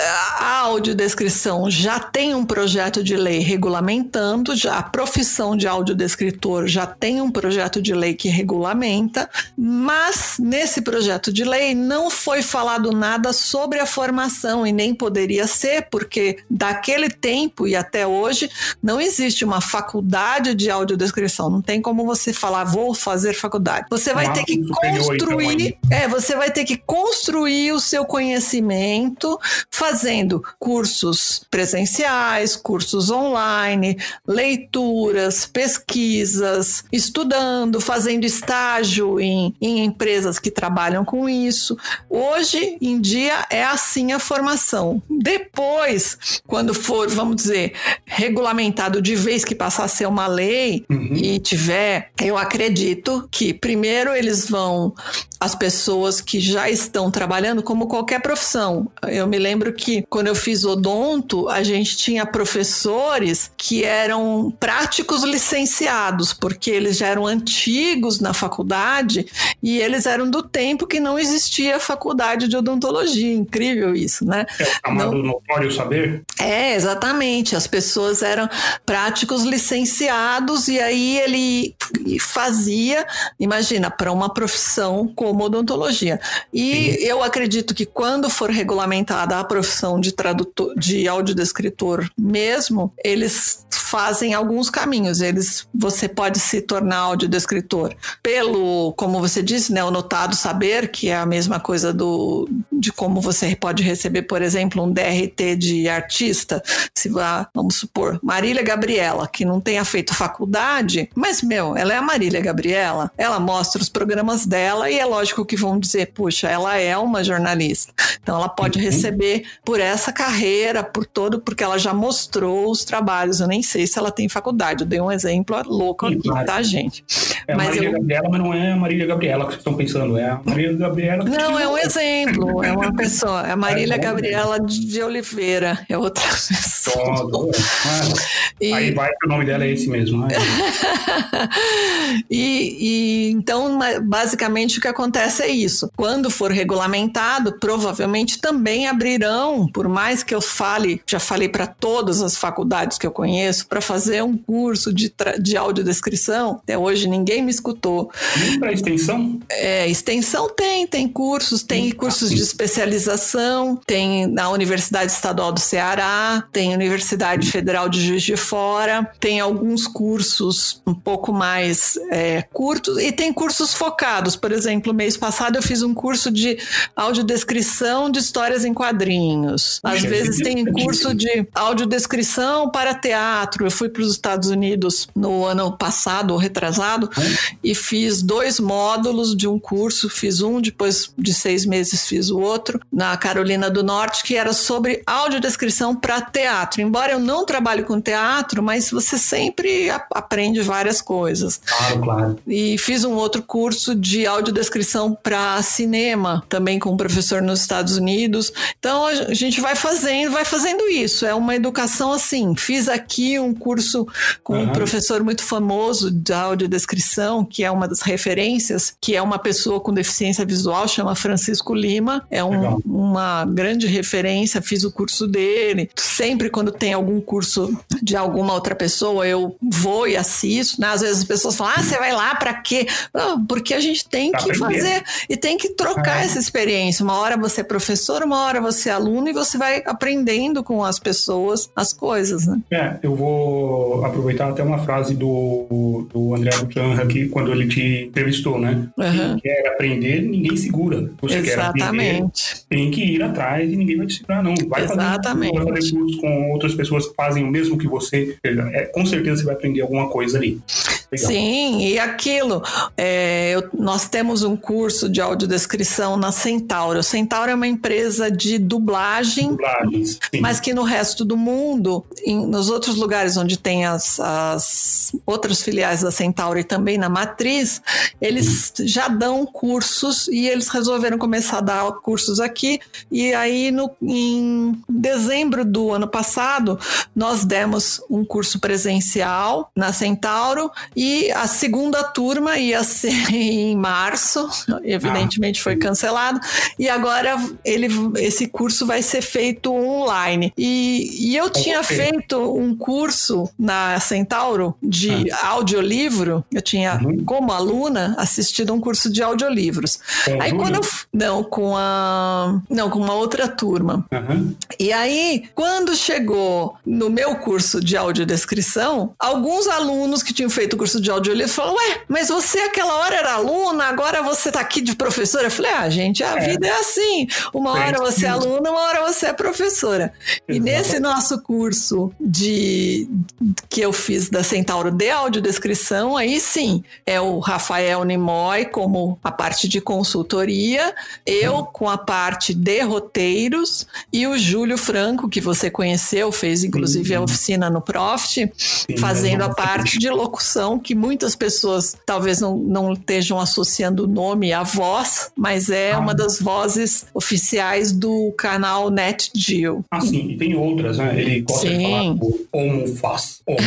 a audiodescrição já tem um projeto de lei regulamentando, já a profissão de audiodescritor já tem um projeto de lei que regulamenta, mas nesse projeto de lei não foi falado nada sobre a formação e nem poderia ser, porque daquele tempo e até hoje não existe uma faculdade de audiodescrição, não tem como você falar, vou fazer faculdade. Você vai ter que construir, é, você vai ter que construir o seu conhecimento fazendo cursos presenciais, cursos online, leituras, pesquisas, estudando, fazendo estágio em, em empresas que trabalham com isso. Hoje em dia é assim a formação. Depois, quando for, vamos dizer, regulamentado de vez, que passar a ser uma lei uhum. e tiver, eu acredito que primeiro eles vão, as pessoas que já estão trabalhando, como qualquer profissão. Eu me lembro que quando eu fiz odonto, a gente tinha professores que eram práticos licenciados, porque eles já eram antigos na faculdade e eles eram do tempo que não existia faculdade de odontologia. Incrível isso, né? É, Chamado não... notório saber? É, exatamente. As pessoas eram práticos licenciados e aí ele fazia, imagina, para uma profissão como odontologia. E Sim. eu acredito que quando for regulamentada a profissão de tradutor, de audiodescritor mesmo, eles fazem alguns caminhos. Eles, você pode se tornar audiodescritor pelo, como você disse, né, o notado saber, que é a mesma coisa do, de como você pode receber, por exemplo, um D R T de artista. Se vamos supor, Marília Gabriela, que não tenha feito faculdade, mas, meu, ela é a Marília Gabriela, ela mostra os programas dela e é lógico que vão dizer, puxa, ela é uma jornalista. Então, ela pode uhum. receber por essa carreira, por todo, porque ela já mostrou os trabalhos. Eu nem sei se ela tem faculdade. Eu dei um exemplo louco Sim, aqui, claro. tá, gente? É a mas Marília eu... Gabriela, mas não é a Marília Gabriela que vocês estão pensando, é a Marília Gabriela. Que não, te... é um exemplo, é uma pessoa, é a Marília é, Gabriela de Oliveira, é outra pessoa. Oh, ah, e... Aí vai que o nome dela é esse mesmo. Né? e, e então, basicamente, o que acontece é isso. Quando for regulamentado, provavelmente também abrirão, por mais que eu fale, já falei para todas as faculdades que eu conheço, para fazer um curso de, tra- de audiodescrição. Até hoje ninguém me escutou. E para extensão? É, extensão tem, tem cursos, tem cursos de especialização, tem na Universidade Estadual do Ceará, tem Universidade Federal de Juiz de Fora, tem alguns cursos um pouco mais é, curtos e tem cursos focados. Por exemplo, mês passado eu fiz um curso de audiodescrição de histórias em quadrinhos. Às Puxa, vezes tem curso de audiodescrição para teatro. Eu fui para os Estados Unidos no ano passado, ou retrasado, hum? e fiz dois módulos de um curso. Fiz um, depois de seis meses fiz o outro, na Carolina do Norte, que era sobre audiodescrição para teatro. Embora eu não trabalhe com teatro, mas você sempre a- aprende várias coisas. Claro, claro. E fiz um outro curso de audiodescrição para cinema, também com um professor nos Estados Unidos. Então, a gente vai fazendo, vai fazendo isso. É uma educação assim. Fiz aqui um curso com uhum. um professor muito famoso de audiodescrição, que é uma das referências, que é uma pessoa com deficiência visual, chama Francisco Lima. É um, uma grande referência, fiz o curso dele. Sempre quando tem algum curso de alguma outra pessoa, eu vou e assisto. Né? Às vezes as pessoas falam, ah, você vai lá pra quê? Não, porque a gente tem que fazer e tem que trocar é. essa experiência. Uma hora você é professor, uma hora você é aluno e você vai aprendendo com as pessoas as coisas, né? É, eu vou aproveitar até uma frase do, do André Buchan aqui, quando ele te entrevistou, né? Uhum. Quem quer aprender, ninguém segura. Você Exatamente. quer aprender, tem que ir atrás e ninguém vai te segurar, não. Vai Exatamente. fazer, vai fazer cursos com outras pessoas que fazem o mesmo que você. É, com certeza você vai aprender alguma coisa ali. Legal. Sim, e aquilo, é, eu, nós temos um curso de audiodescrição na Centauro. Centauro é uma empresa de dublagem, Dublagens, sim. mas que no resto do mundo, em, nos outros lugares onde tem as, as outras filiais da Centauro e também na matriz, eles hum. já dão cursos e eles resolveram começar a dar cursos aqui. E aí, no, em dezembro do ano passado, nós demos um curso presencial na Centauro. E a segunda turma ia ser em março, evidentemente ah. foi cancelado, e agora ele, esse curso vai ser feito online. E, e eu tinha okay. feito um curso na Centauro de ah. audiolivro, eu tinha, uhum. como aluna, assistido um curso de audiolivros. Com aí quando eu, não, com a, não, com uma outra turma. Uhum. E aí, quando chegou no meu curso de audiodescrição, alguns alunos que tinham feito o curso de audiolivro falou, ué, mas você aquela hora era aluna, agora você tá aqui de professora. Eu falei, ah, gente, a é. vida é assim. Uma hora é você é aluna, uma hora você é professora. Exato. E nesse nosso curso de que eu fiz da Centauro de audiodescrição, aí sim, é o Rafael Nimoy como a parte de consultoria, eu hum. com a parte de roteiros e o Júlio Franco, que você conheceu, fez inclusive sim. a oficina no Profit, sim, fazendo a parte de locução Não que muitas pessoas talvez não, não estejam associando o nome à voz, mas é ah. uma das vozes oficiais do canal Nat Geo. Ah, sim, e tem outras, né? Ele gosta sim. de falar o Homo Faz. Homo.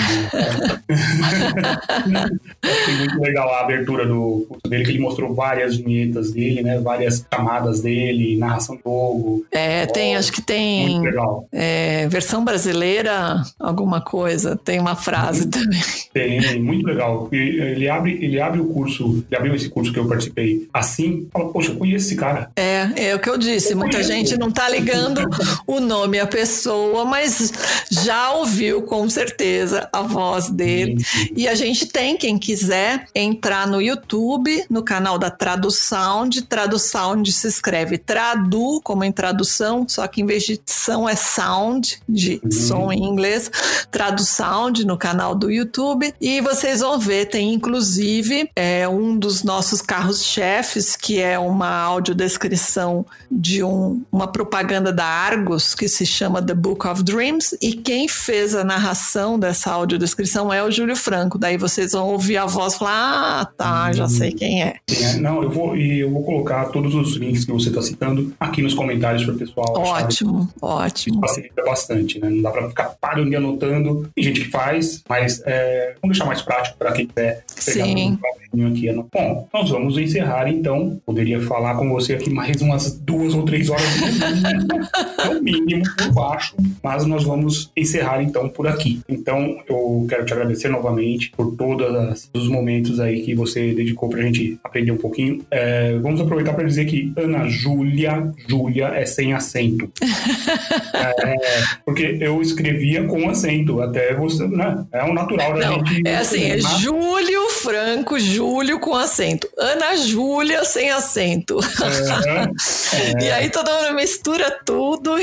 Achei muito legal a abertura do curso dele, que ele mostrou várias vinhetas dele, né? Várias chamadas dele, narração do jogo. É, tem, oh, acho que tem muito legal. É, versão brasileira, alguma coisa, tem uma frase também. Tem, muito legal. Ele abre, ele abre o curso, ele abriu esse curso que eu participei assim, fala, poxa, eu conheço esse cara. É, é o que eu disse, eu muita conheço. gente não tá ligando o nome à pessoa, mas já ouviu com certeza a voz dele. Sim. E a gente tem, quem quiser, entrar no YouTube, no canal da Tradusound. Tradusound se escreve Tradu, como em tradução, só que em vez de som é sound, de uhum. som em inglês. Tradusound no canal do YouTube. E vocês vão ver, tem inclusive é, um dos nossos carros-chefes, que é uma audiodescrição de um, uma propaganda da Argos, que se chama The Book of Dreams, e quem fez a narração dessa audiodescrição é o Júlio Franco. Daí vocês vão ouvir a voz e falar, ah, tá, já sei quem é. é não, eu vou, e eu vou colocar todos os links que você está citando aqui nos comentários para o pessoal. Ótimo, achar. ótimo. Facilita bastante, né? Não dá para ficar parando e anotando. Tem gente que faz, mas é, vamos deixar mais prático para quem quiser pegar Sim. um aqui. Bom, nós vamos encerrar então. Poderia falar com você aqui mais umas duas ou três horas no mínimo, por baixo, mas nós vamos encerrar então por aqui. Então eu quero te agradecer novamente por todos os momentos aí que você dedicou pra gente aprender um pouquinho. É, vamos aproveitar para dizer que Ana Júlia, Júlia é sem acento. É, porque eu escrevia com acento, até você, né? É o natural da Não, gente. É assim, é Júlio Franco, Júlio com acento. Ana Júlia sem acento. É, é. E aí todo mundo mistura tudo.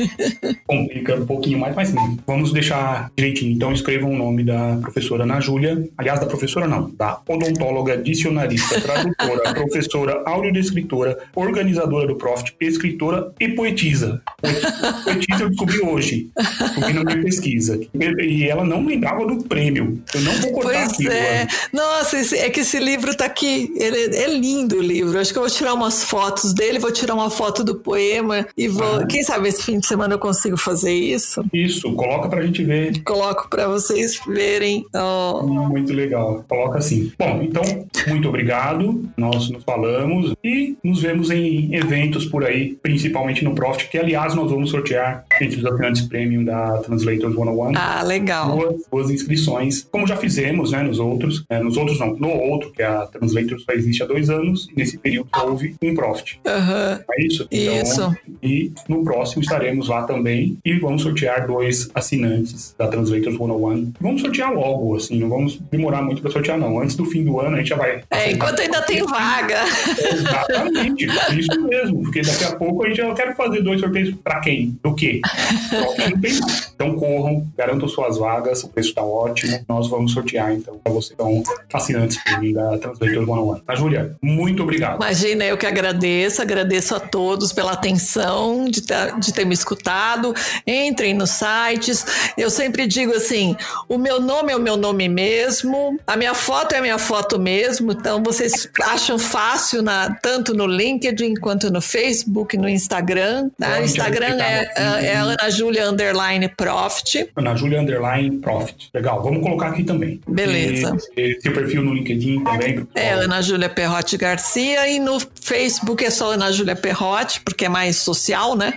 Complica um pouquinho mais, mas sim, vamos deixar direitinho. Então escrevam o nome da professora Ana Júlia, aliás, da professora não, da odontóloga, dicionarista, tradutora, professora, audiodescritora, organizadora do Profit, escritora e poetisa. Poetisa eu descobri hoje, descobri na minha pesquisa. E ela não lembrava do prêmio. Eu não vou cortar Pois aquilo, é. Ana. Nossa, esse, é que esse livro tá aqui. Ele, é lindo o livro. Acho que eu vou tirar umas fotos dele, vou tirar uma foto do poema e vou... Ah. Quem sabe esse fim de semana eu consigo fazer isso? Isso, coloca pra gente ver. Coloco pra vocês verem. Oh. Muito legal. Coloca assim. Bom, então, muito obrigado. Nós nos falamos e nos vemos em eventos por aí, principalmente no Profit, que aliás nós vamos sortear entre os assinantes premium da Translators cento e um. Ah, legal. Duas, duas inscrições, como já fizemos, né, nos outros. É, nos outros não, no outro, que a Translators só existe há dois anos, e nesse período houve um Profit. Uhum. É isso? Então, isso. E no próximo estaremos lá também e vamos sortear dois assinantes da Translators cento e um. Vamos sortear logo, assim, não vamos demorar muito para sortear, não. Antes do fim do ano a gente já vai... É, enquanto ainda tem vaga. Exatamente, isso mesmo, porque daqui a pouco a gente já quer fazer dois sorteios para quem? Do quê? Pra quem não tem mais. Então corram, garantam suas vagas, o preço está ótimo. Nós vamos sortear, então, para vocês que são assinantes da Translators cento e um. Tá, Júlia? Muito obrigado. Imagina, eu que agradeço, agradeço a todos pela atenção de ter, de ter me escutado. Entrem nos sites. Eu sempre digo assim, o meu nome é o meu nome mesmo, a minha foto é a minha foto mesmo, então vocês acham fácil na, tanto no LinkedIn quanto no Facebook, no Instagram. Tá? O Instagram é, é, é Ana Júlia underline Profit. Ana Júlia underline Profit. Legal, vamos colocar aqui também. Beleza. E, e seu perfil no LinkedIn também. É Ana Júlia Perrotti Garcia e no Facebook é só Ana Júlia Perrotti, porque é mais social, né?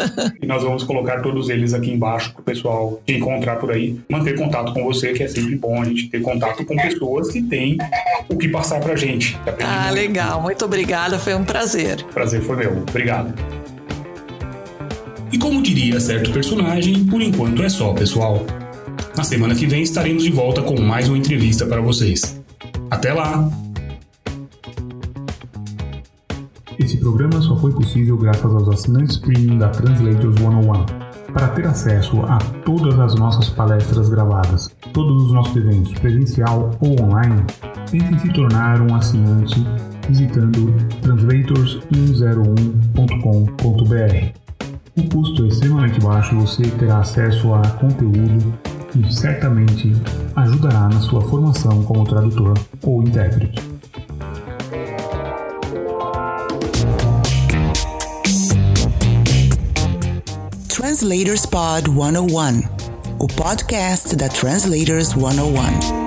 E nós vamos colocar todos eles aqui embaixo para o pessoal te encontrar por aí, manter contato com você, que é sempre bom a gente ter contato com pessoas que têm o que passar pra gente. Ah, muito. Legal. Muito obrigada, foi um prazer. Prazer foi meu. Obrigado. E como diria certo personagem, por enquanto é só, pessoal. Na semana que vem estaremos de volta com mais uma entrevista para vocês. Até lá! Esse programa só foi possível graças aos assinantes premium da Translators cento e um. Para ter acesso a todas as nossas palestras gravadas, todos os nossos eventos presencial ou online, tente se tornar um assinante visitando translators cento e um ponto com ponto b r. O custo é extremamente baixo, você terá acesso a conteúdo e certamente ajudará na sua formação como tradutor ou intérprete. Translators Pod cento e um, o podcast da Translators cento e um.